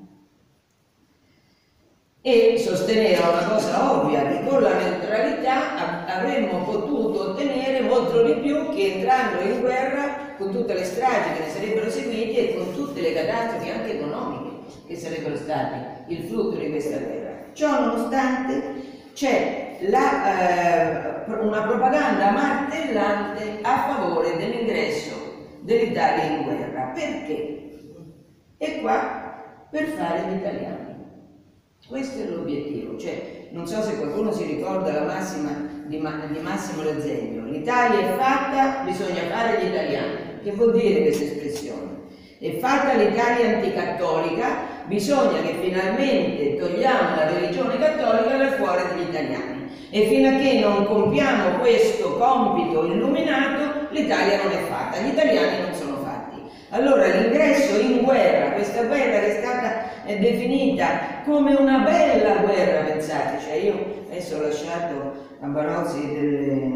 E sosteneva una cosa ovvia, che con la neutralità avremmo potuto ottenere molto di più che entrando in guerra con tutte le stragi che ne sarebbero seguite e con tutte le catastrofi anche economiche che sarebbero state il frutto di questa guerra. Ciò nonostante c'è una propaganda martellante a favore dell'ingresso dell'Italia in guerra. Perché? È qua per fare gli italiani. Questo è l'obiettivo, cioè non so se qualcuno si ricorda la massima di Massimo D'Azeglio: l'Italia è fatta, bisogna fare gli italiani. Che vuol dire questa espressione? È fatta l'Italia anticattolica, bisogna che finalmente togliamo la religione cattolica dal cuore degli italiani. E fino a che non compiamo questo compito illuminato, l'Italia non è fatta, gli italiani non sono fatti. Allora l'ingresso in guerra, questa guerra che è stata definita come una bella guerra, pensate, cioè io adesso ho lasciato a Barozzi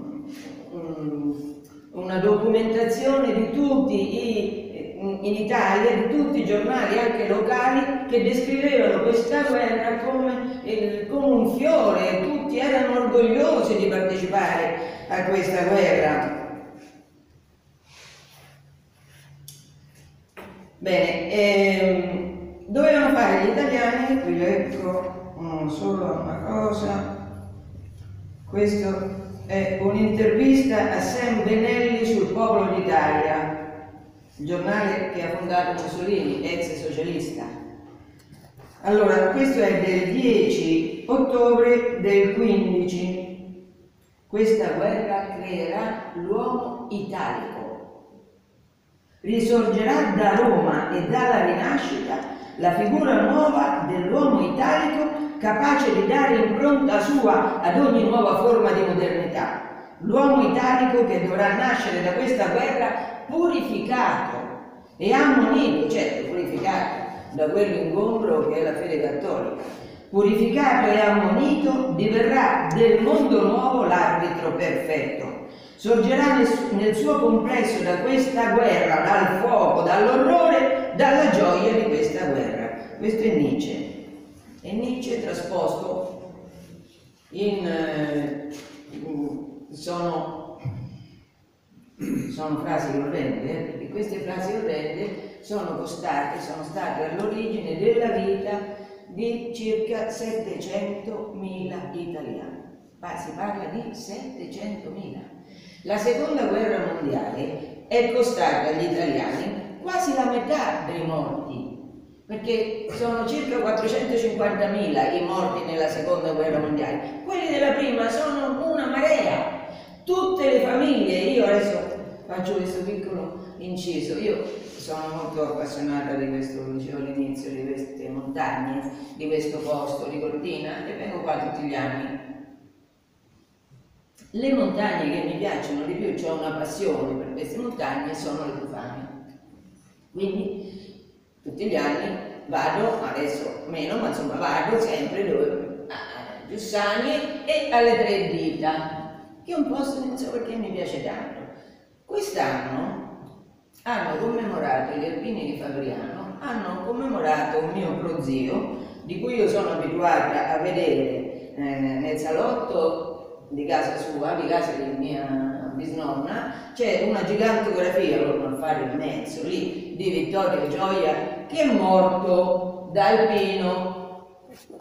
una documentazione di tutti in Italia, di tutti i giornali anche locali che descrivevano questa guerra come un fiore, tutti erano orgogliosi di partecipare a questa guerra. Bene, dovevano fare gli italiani, vi leggo solo una cosa, questo è un'intervista a Sam Benelli sul Popolo d'Italia, il giornale che ha fondato Mussolini, ex socialista. Allora, questo è del 10 ottobre del 15. Questa guerra creerà l'uomo italico. Risorgerà da Roma e dalla rinascita la figura nuova dell'uomo italico, capace di dare impronta sua ad ogni nuova forma di modernità. L'uomo italico che dovrà nascere da questa guerra purificato e ammonito, certo purificato da quell'ingombro che è la fede cattolica, purificato e ammonito, diverrà del mondo nuovo l'arbitro perfetto. Sorgerà nel suo complesso da questa guerra, dal fuoco, dall'orrore, dalla gioia di questa guerra. Questo è Nietzsche. E Nietzsche trasposto sono frasi orrende, e queste frasi orrende sono state all'origine della vita di circa 700.000 italiani. Ma si parla di 700.000. La seconda guerra mondiale è costata agli italiani quasi la metà dei morti, perché sono circa 450.000 i morti nella seconda guerra mondiale. Quelli della prima sono una marea. Tutte le famiglie, io adesso faccio questo piccolo inciso, io sono molto appassionata di questo, lo dicevo all'inizio, di queste montagne, di questo posto di Cortina, e vengo qua tutti gli anni. Le montagne che mi piacciono di più, ho una passione per queste montagne, sono le Tufane. Quindi tutti gli anni vado, adesso meno, ma insomma vado sempre dove? A Giussani e alle Tre Dita, che è un posto che non so perché mi piace tanto. Quest'anno hanno commemorato gli alpini di Fabriano, hanno commemorato un mio prozio, di cui io sono abituata a vedere nel salotto di casa sua, di casa di mia bisnonna, c'è una gigantografia, non fare il mezzo lì, di Vittorio Gioia, che è morto da alpino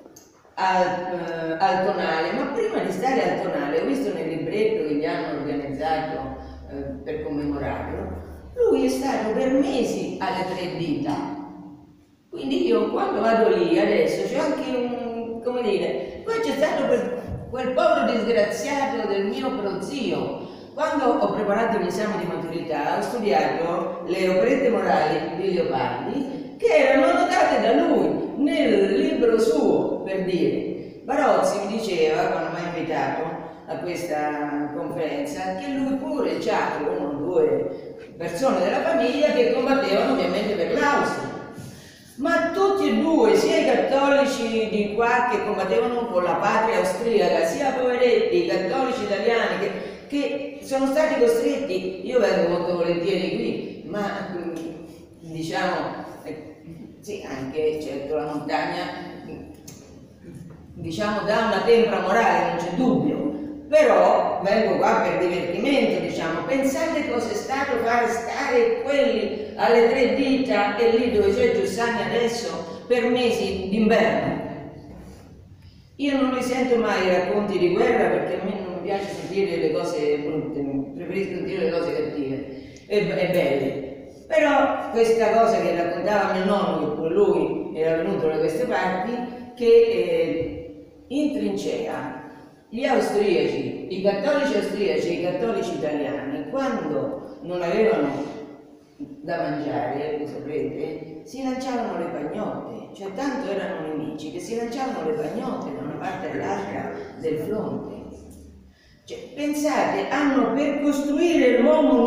al Tonale. Ma prima di stare al Tonale, ho visto nel libretto che gli hanno organizzato per commemorarlo, lui è stato per mesi alle Tre Dita. Quindi io quando vado lì adesso c'è anche come dire, poi c'è stato quel povero disgraziato del mio prozio. Quando ho preparato l'esame di maturità ho studiato le operette morali di Leopardi, che erano annotate da lui nel libro suo, per dire. Barozzi mi diceva, quando mi ha invitato a questa conferenza, che lui pure c'ha 1 o 2 persone della famiglia che combattevano ovviamente per l'Austria. Ma tutti e due, sia i cattolici di qua che combattevano con la patria austriaca, sia poveretti, i cattolici italiani che sono stati costretti, io vengo molto volentieri qui, ma diciamo, sì, anche certo la montagna, diciamo, dà una tempra morale, non c'è dubbio, però vengo qua per divertimento, diciamo. Pensate cosa è stato far stare quelli alle 3 dita e lì dove c'è Giussani adesso per mesi d'inverno. Io non li sento mai i racconti di guerra perché a me non mi piace sentire le cose brutte, preferisco sentire le cose cattive e belle. Però questa cosa che raccontava mio nonno, che pure lui era venuto da queste parti, che in trincea gli austriaci, i cattolici austriaci e i cattolici italiani, quando non avevano da mangiare, lo sapete, si lanciavano le pagnotte, cioè tanto erano nemici che si lanciavano le pagnotte da una parte all'altra del fronte. Cioè, pensate, per costruire l'uomo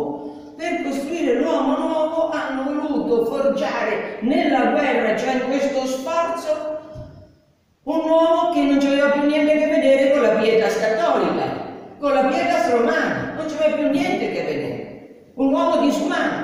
nuovo hanno voluto forgiare nella guerra, cioè in questo sforzo, un uomo che non aveva più niente a che vedere con la pietas cattolica, con la pietas romana, non c'aveva più niente a che vedere, un uomo disumano.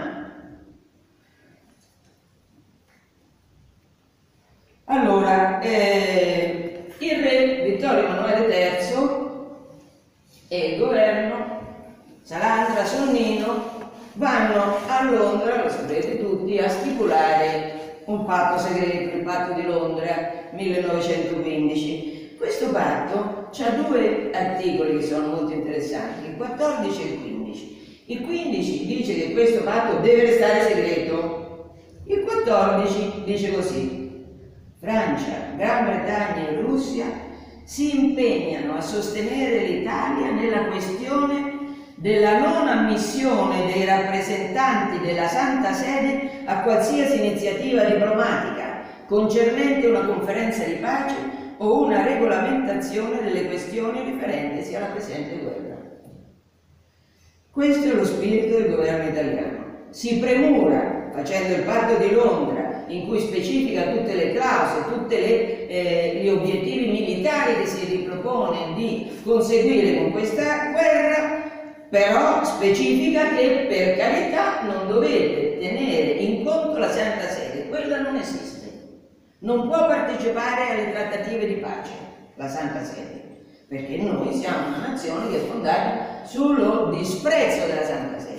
Allora, il re Vittorio Emanuele III e il governo, Salandra, Sonnino, vanno a Londra, lo sapete tutti, a stipulare un patto segreto, il patto di Londra 1915. Questo patto ha 2 articoli che sono molto interessanti, il 14 e il 15. Il 15 dice che questo patto deve restare segreto, il 14 dice così: Francia, Gran Bretagna e Russia si impegnano a sostenere l'Italia nella questione della non ammissione dei rappresentanti della Santa Sede a qualsiasi iniziativa diplomatica concernente una conferenza di pace o una regolamentazione delle questioni riferentesi alla presente guerra. Questo è lo spirito del governo italiano. Si premura, facendo il patto di Londra, in cui specifica tutte le clausole, tutti gli obiettivi militari che si ripropone di conseguire con questa guerra, però specifica che per carità non dovete tenere in conto la Santa Sede, quella non esiste, non può partecipare alle trattative di pace la Santa Sede, perché noi siamo una nazione che è fondata sullo disprezzo della Santa Sede.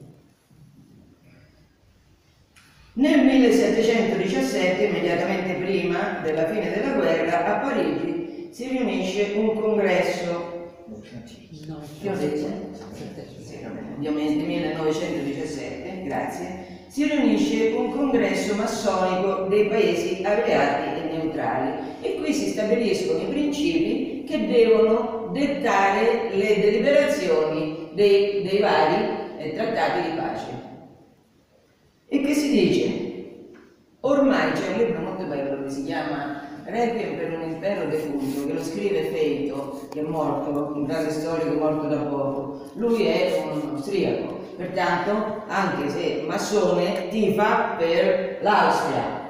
Nel 1717, immediatamente prima della fine della guerra, a Parigi si riunisce un congresso. Ovviamente 1917, grazie, si riunisce un congresso massonico dei paesi alleati e neutrali e qui si stabiliscono i principi che devono dettare le deliberazioni dei vari trattati di pace. E che si dice? Ormai c'è un libro molto bello che si chiama Requiem per un impero defunto, che lo scrive Feito, che è morto, un grande storico morto da poco. Lui è un austriaco, pertanto, anche se massone, tifa per l'Austria.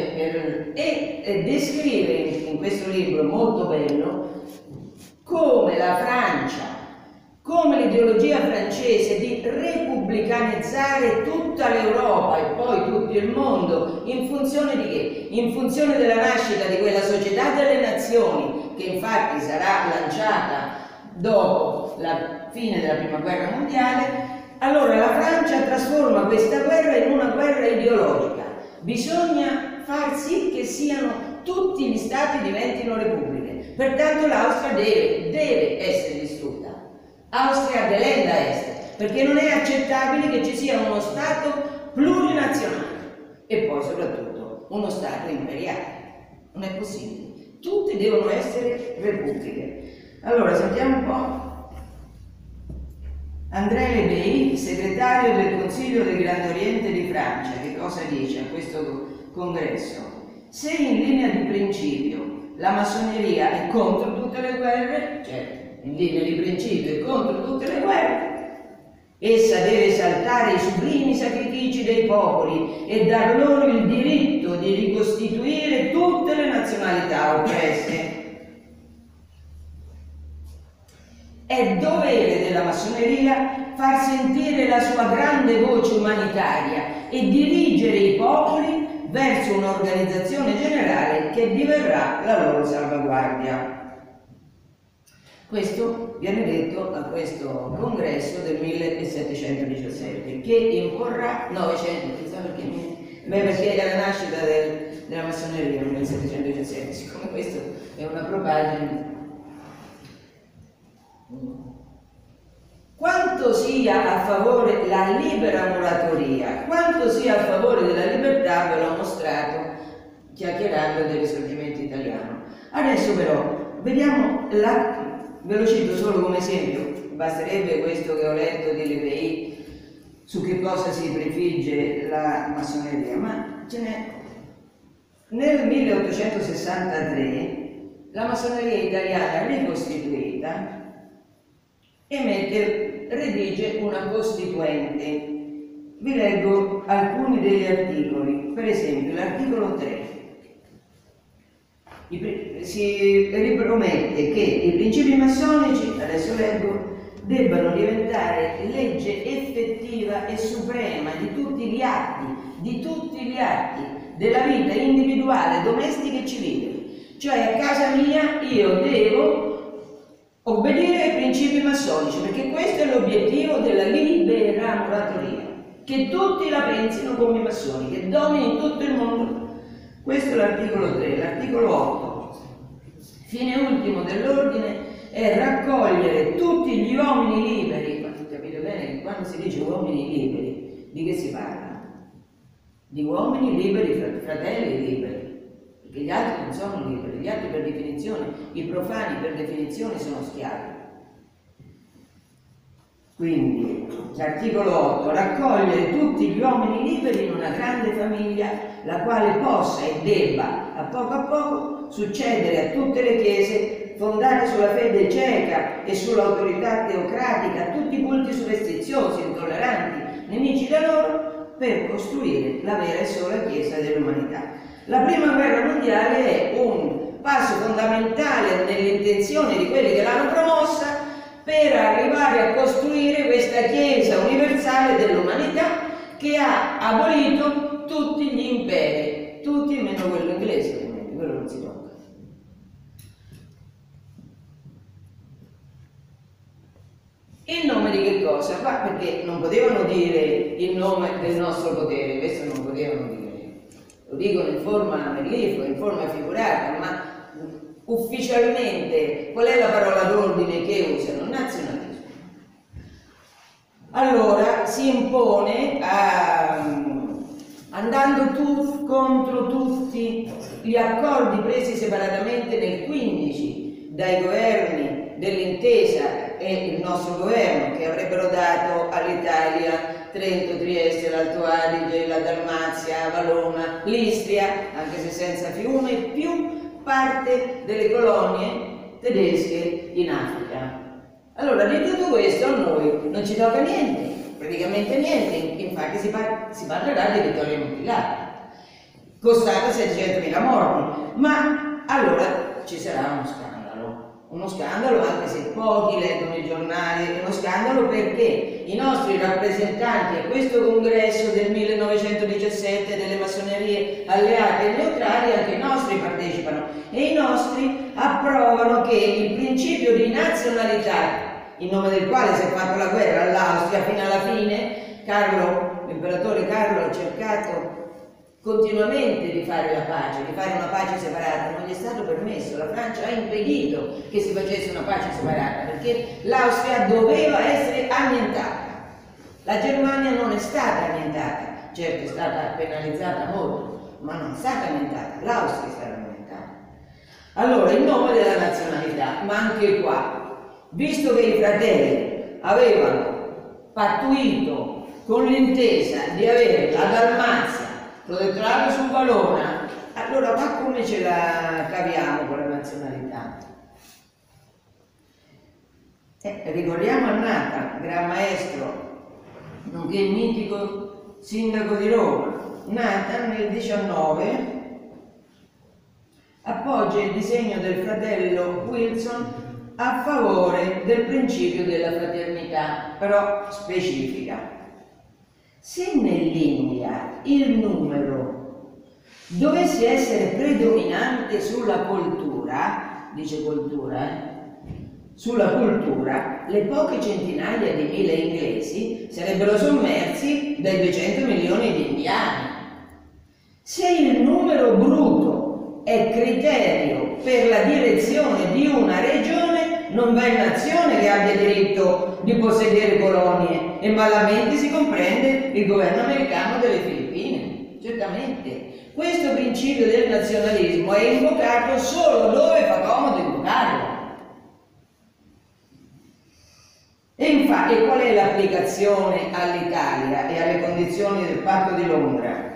E descrive in questo libro molto bello come la Francia, come l'ideologia francese di repubblicanizzare tutta l'Europa e poi tutto il mondo, in funzione di che? In funzione della nascita di quella società delle nazioni, che infatti sarà lanciata dopo la fine della Prima Guerra Mondiale. Allora la Francia trasforma questa guerra in una guerra ideologica. Bisogna far sì che tutti gli stati diventino repubbliche. Pertanto l'Austria deve essere distrutta. Austria delenda est, perché non è accettabile che ci sia uno Stato plurinazionale e poi soprattutto uno Stato imperiale. Non è possibile. Tutte devono essere repubbliche. Allora, sentiamo un po'. André Lebey, segretario del Consiglio del Grande Oriente di Francia, che cosa dice a questo congresso? Se in linea di principio la massoneria è contro tutte le guerre, certo, in linea di principio è contro tutte le guerre, essa deve esaltare i sublimi sacrifici dei popoli e dar loro il diritto di ricostituire tutte le nazionalità oppresse. È dovere della massoneria far sentire la sua grande voce umanitaria e dirigere i popoli verso un'organizzazione generale che diverrà la loro salvaguardia. Questo viene detto a questo congresso del 1717, che imporrà 900, chissà perché è la nascita della massoneria nel 1717, siccome questo è una propaganda. Quanto sia a favore la libera moratoria, quanto sia a favore della libertà, ve l'ho mostrato chiacchierando del risorgimento italiano. Adesso però vediamo, ve lo cito solo come esempio, basterebbe questo che ho letto di Levi su che cosa si prefigge la massoneria, ma ce n'è. Nel 1863 la massoneria italiana ricostituita redige una costituente. Vi leggo alcuni degli articoli, per esempio l'articolo 3 si ripromette che i principi massonici, adesso leggo, debbano diventare legge effettiva e suprema di tutti gli atti della vita individuale, domestica e civile. Cioè a casa mia io devo obbedire ai principi massonici, perché questo è l'obiettivo della libera moratoria, che tutti la pensino come i massoni, che domini tutto il mondo. Questo è l'articolo 3. L'articolo 8, fine ultimo dell'ordine, è raccogliere tutti gli uomini liberi. Ma capite bene che quando si dice uomini liberi, di che si parla? Di uomini liberi, fratelli liberi. Perché gli altri non sono liberi, gli altri per definizione, i profani per definizione sono schiavi. Quindi, l'articolo 8, raccogliere tutti gli uomini liberi in una grande famiglia, la quale possa e debba, a poco, succedere a tutte le chiese, fondate sulla fede cieca e sull'autorità teocratica, tutti culti superstiziosi, intolleranti, nemici da loro, per costruire la vera e sola Chiesa dell'umanità. La prima guerra mondiale è un passo fondamentale nell'intenzione di quelli che l'hanno promossa per arrivare a costruire questa Chiesa universale dell'umanità che ha abolito tutti gli imperi, tutti meno quello inglese, ovviamente, quello non si tocca. In nome di che cosa? Qua perché non potevano dire il nome del nostro potere, questo non potevano dire. Lo dicono in forma melliflua, in forma figurata, ma ufficialmente qual è la parola d'ordine che usano? Nazionalismo. Allora si impone, andando contro tutti gli accordi presi separatamente nel 15 dai governi dell'intesa e il nostro governo, che avrebbero dato all'Italia Trento, Trieste, l'Alto Adige, la Dalmazia, Valona, l'Istria, anche se senza fiume, più parte delle colonie tedesche in Africa. Allora, di tutto questo a noi non ci tocca niente, praticamente niente, infatti si parlerà di vittoria mutilata, costata 600.000 morti, ma allora ci sarà uno scandalo anche se pochi leggono i giornali, è uno scandalo perché i nostri rappresentanti a questo congresso del 1917 delle massonerie alleate e neutrali, anche i nostri partecipano e i nostri approvano che il principio di nazionalità, in nome del quale si è fatta la guerra all'Austria fino alla fine, l'imperatore Carlo ha cercato continuamente di fare la pace, di fare una pace separata, non gli è stato permesso, la Francia ha impedito che si facesse una pace separata perché l'Austria doveva essere annientata. La Germania non è stata annientata, certo è stata penalizzata molto, ma non è stata annientata, l'Austria è stata annientata. Allora, in nome della nazionalità, ma anche qua, visto che i fratelli avevano pattuito con l'intesa di avere la Dalmazia, protettorato su Valona, allora ma come ce la caviamo con la nazionalità? Ricordiamo Annata, gran maestro, nonché mitico sindaco di Roma, Nathan nel 19 appoggia il disegno del fratello Wilson a favore del principio della fraternità, però specifica. Se nell'India il numero dovesse essere predominante sulla cultura, dice cultura, sulla cultura, le poche centinaia di mila inglesi sarebbero sommersi dai 200 milioni di indiani. Se il numero bruto è criterio per la direzione di una regione, non v'è nazione che abbia diritto di possedere colonie e malamente si comprende il governo americano delle Filippine. Certamente, questo principio del nazionalismo è invocato solo dove fa comodo invocarlo. E qual è l'applicazione all'Italia e alle condizioni del Patto di Londra?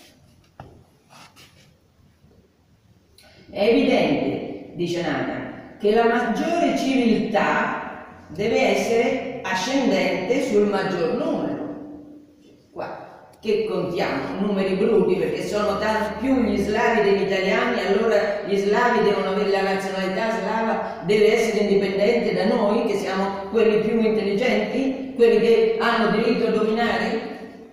È evidente, dice Nathan, che la maggiore civiltà deve essere ascendente sul maggior numero. Qua, che contiamo? Numeri bruti, perché sono tanti più gli slavi degli italiani, allora gli slavi devono avere la nazionalità slava, deve essere indipendente da noi, che siamo quelli più intelligenti, quelli che hanno diritto a dominare?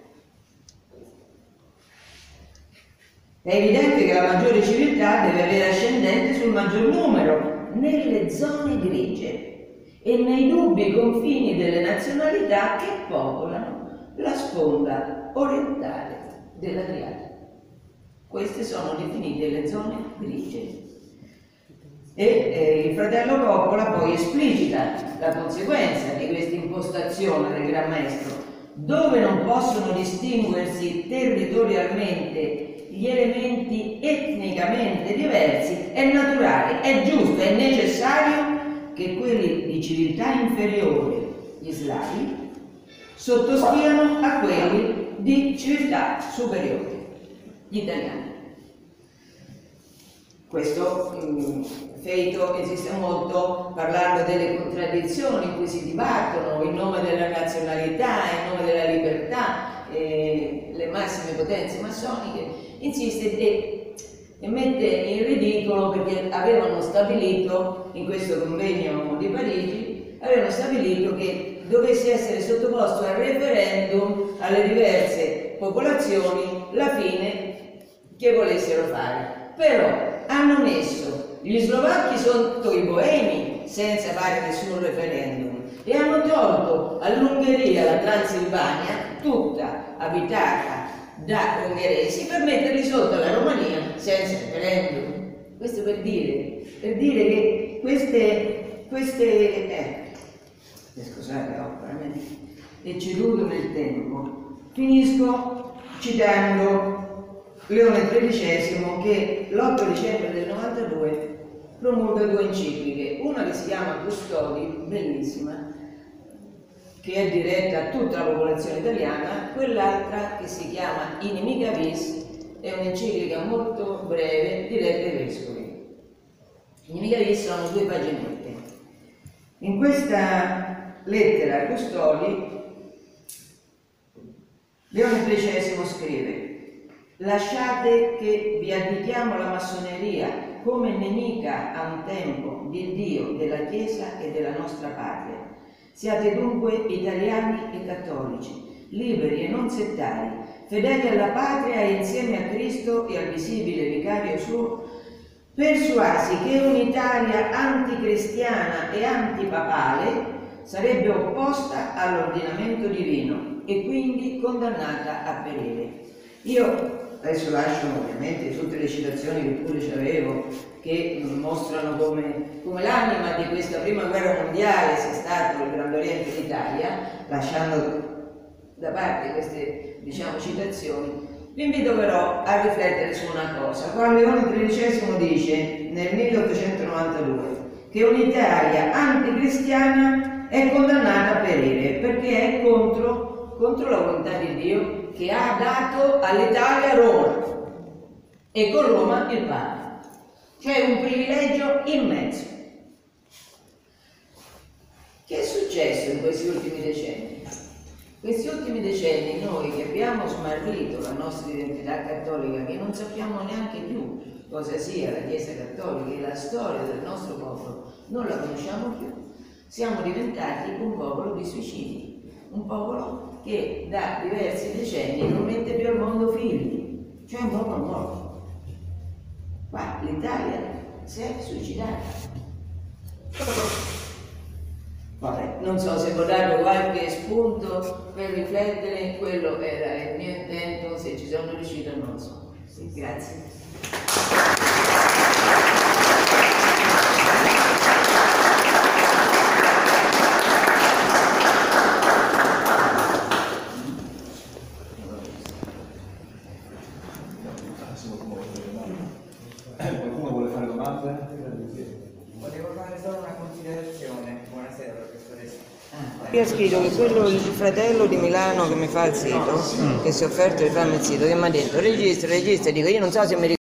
È evidente che la maggiore civiltà deve avere ascendente sul maggior numero, nelle zone grigie e nei dubbi confini delle nazionalità che popolano la sponda orientale dell'Adriatico. Queste sono definite le zone grigie. E il fratello Coppola poi esplicita la conseguenza di questa impostazione del Gran Maestro, dove non possono distinguersi territorialmente gli elementi etnicamente diversi, è naturale, è giusto, è necessario che quelli di civiltà inferiore, gli slavi, sottostiano a quelli di civiltà superiore, gli italiani. Questo feito esiste molto parlando delle contraddizioni in cui si dibattono in nome della nazionalità, in nome della libertà, le massime potenze massoniche, insiste e mette in ridicolo perché avevano stabilito in questo convegno di Parigi, avevano stabilito che dovesse essere sottoposto al referendum alle diverse popolazioni la fine che volessero fare. Però hanno messo gli slovacchi sotto i boemi senza fare nessun referendum e hanno tolto all'Ungheria la Transilvania tutta abitata da ungheresi per metterli sotto la Romania senza referendum. Questo per dire che scusate, veramente è ceduto nel tempo. Finisco citando Leone XIII che l'8 dicembre del 92 promulga 2 encicliche, una che si chiama Custodi, bellissima, che è diretta a tutta la popolazione italiana, quell'altra che si chiama Inimica Vis, è un'enciclica molto breve diretta ai vescovi. Inimica Vis sono 2 paginette. In questa lettera a Custodi, Leone XIII scrive: lasciate che vi additiamo la massoneria come nemica a un tempo di Dio, della Chiesa e della nostra patria. Siate dunque italiani e cattolici, liberi e non settari, fedeli alla patria e insieme a Cristo e al visibile vicario suo, persuasi che un'Italia anticristiana e antipapale sarebbe opposta all'ordinamento divino e quindi condannata a perire. Io adesso lascio ovviamente tutte le citazioni che pure c'avevo, che mostrano come l'anima di questa prima guerra mondiale sia stato il Grande Oriente d'Italia, lasciando da parte queste, citazioni. Vi invito però a riflettere su una cosa. Qua Leone XIII dice, nel 1892, che un'Italia anticristiana è condannata a perire, perché è contro la volontà di Dio che ha dato all'Italia Roma, e con Roma il Papa. C'è un privilegio immenso. Che è successo in questi ultimi decenni? Questi ultimi decenni noi che abbiamo smarrito la nostra identità cattolica, che non sappiamo neanche più cosa sia la Chiesa cattolica e la storia del nostro popolo, non la conosciamo più, siamo diventati un popolo di suicidi, un popolo che da diversi decenni non mette più al mondo figli, cioè un popolo morto. Ma l'Italia si è suicidata. Vabbè, non so se ho dato qualche spunto per riflettere, quello era il mio intento, se ci sono riuscito non lo so. Sì, grazie. Qualcuno vuole fare domande? Volevo fare solo una considerazione. Buonasera professoressa. Qui ha scritto che quello, il fratello di Milano che mi fa il sito, che si è offerto di farmi il sito, che mi ha detto registra, dico io non so se mi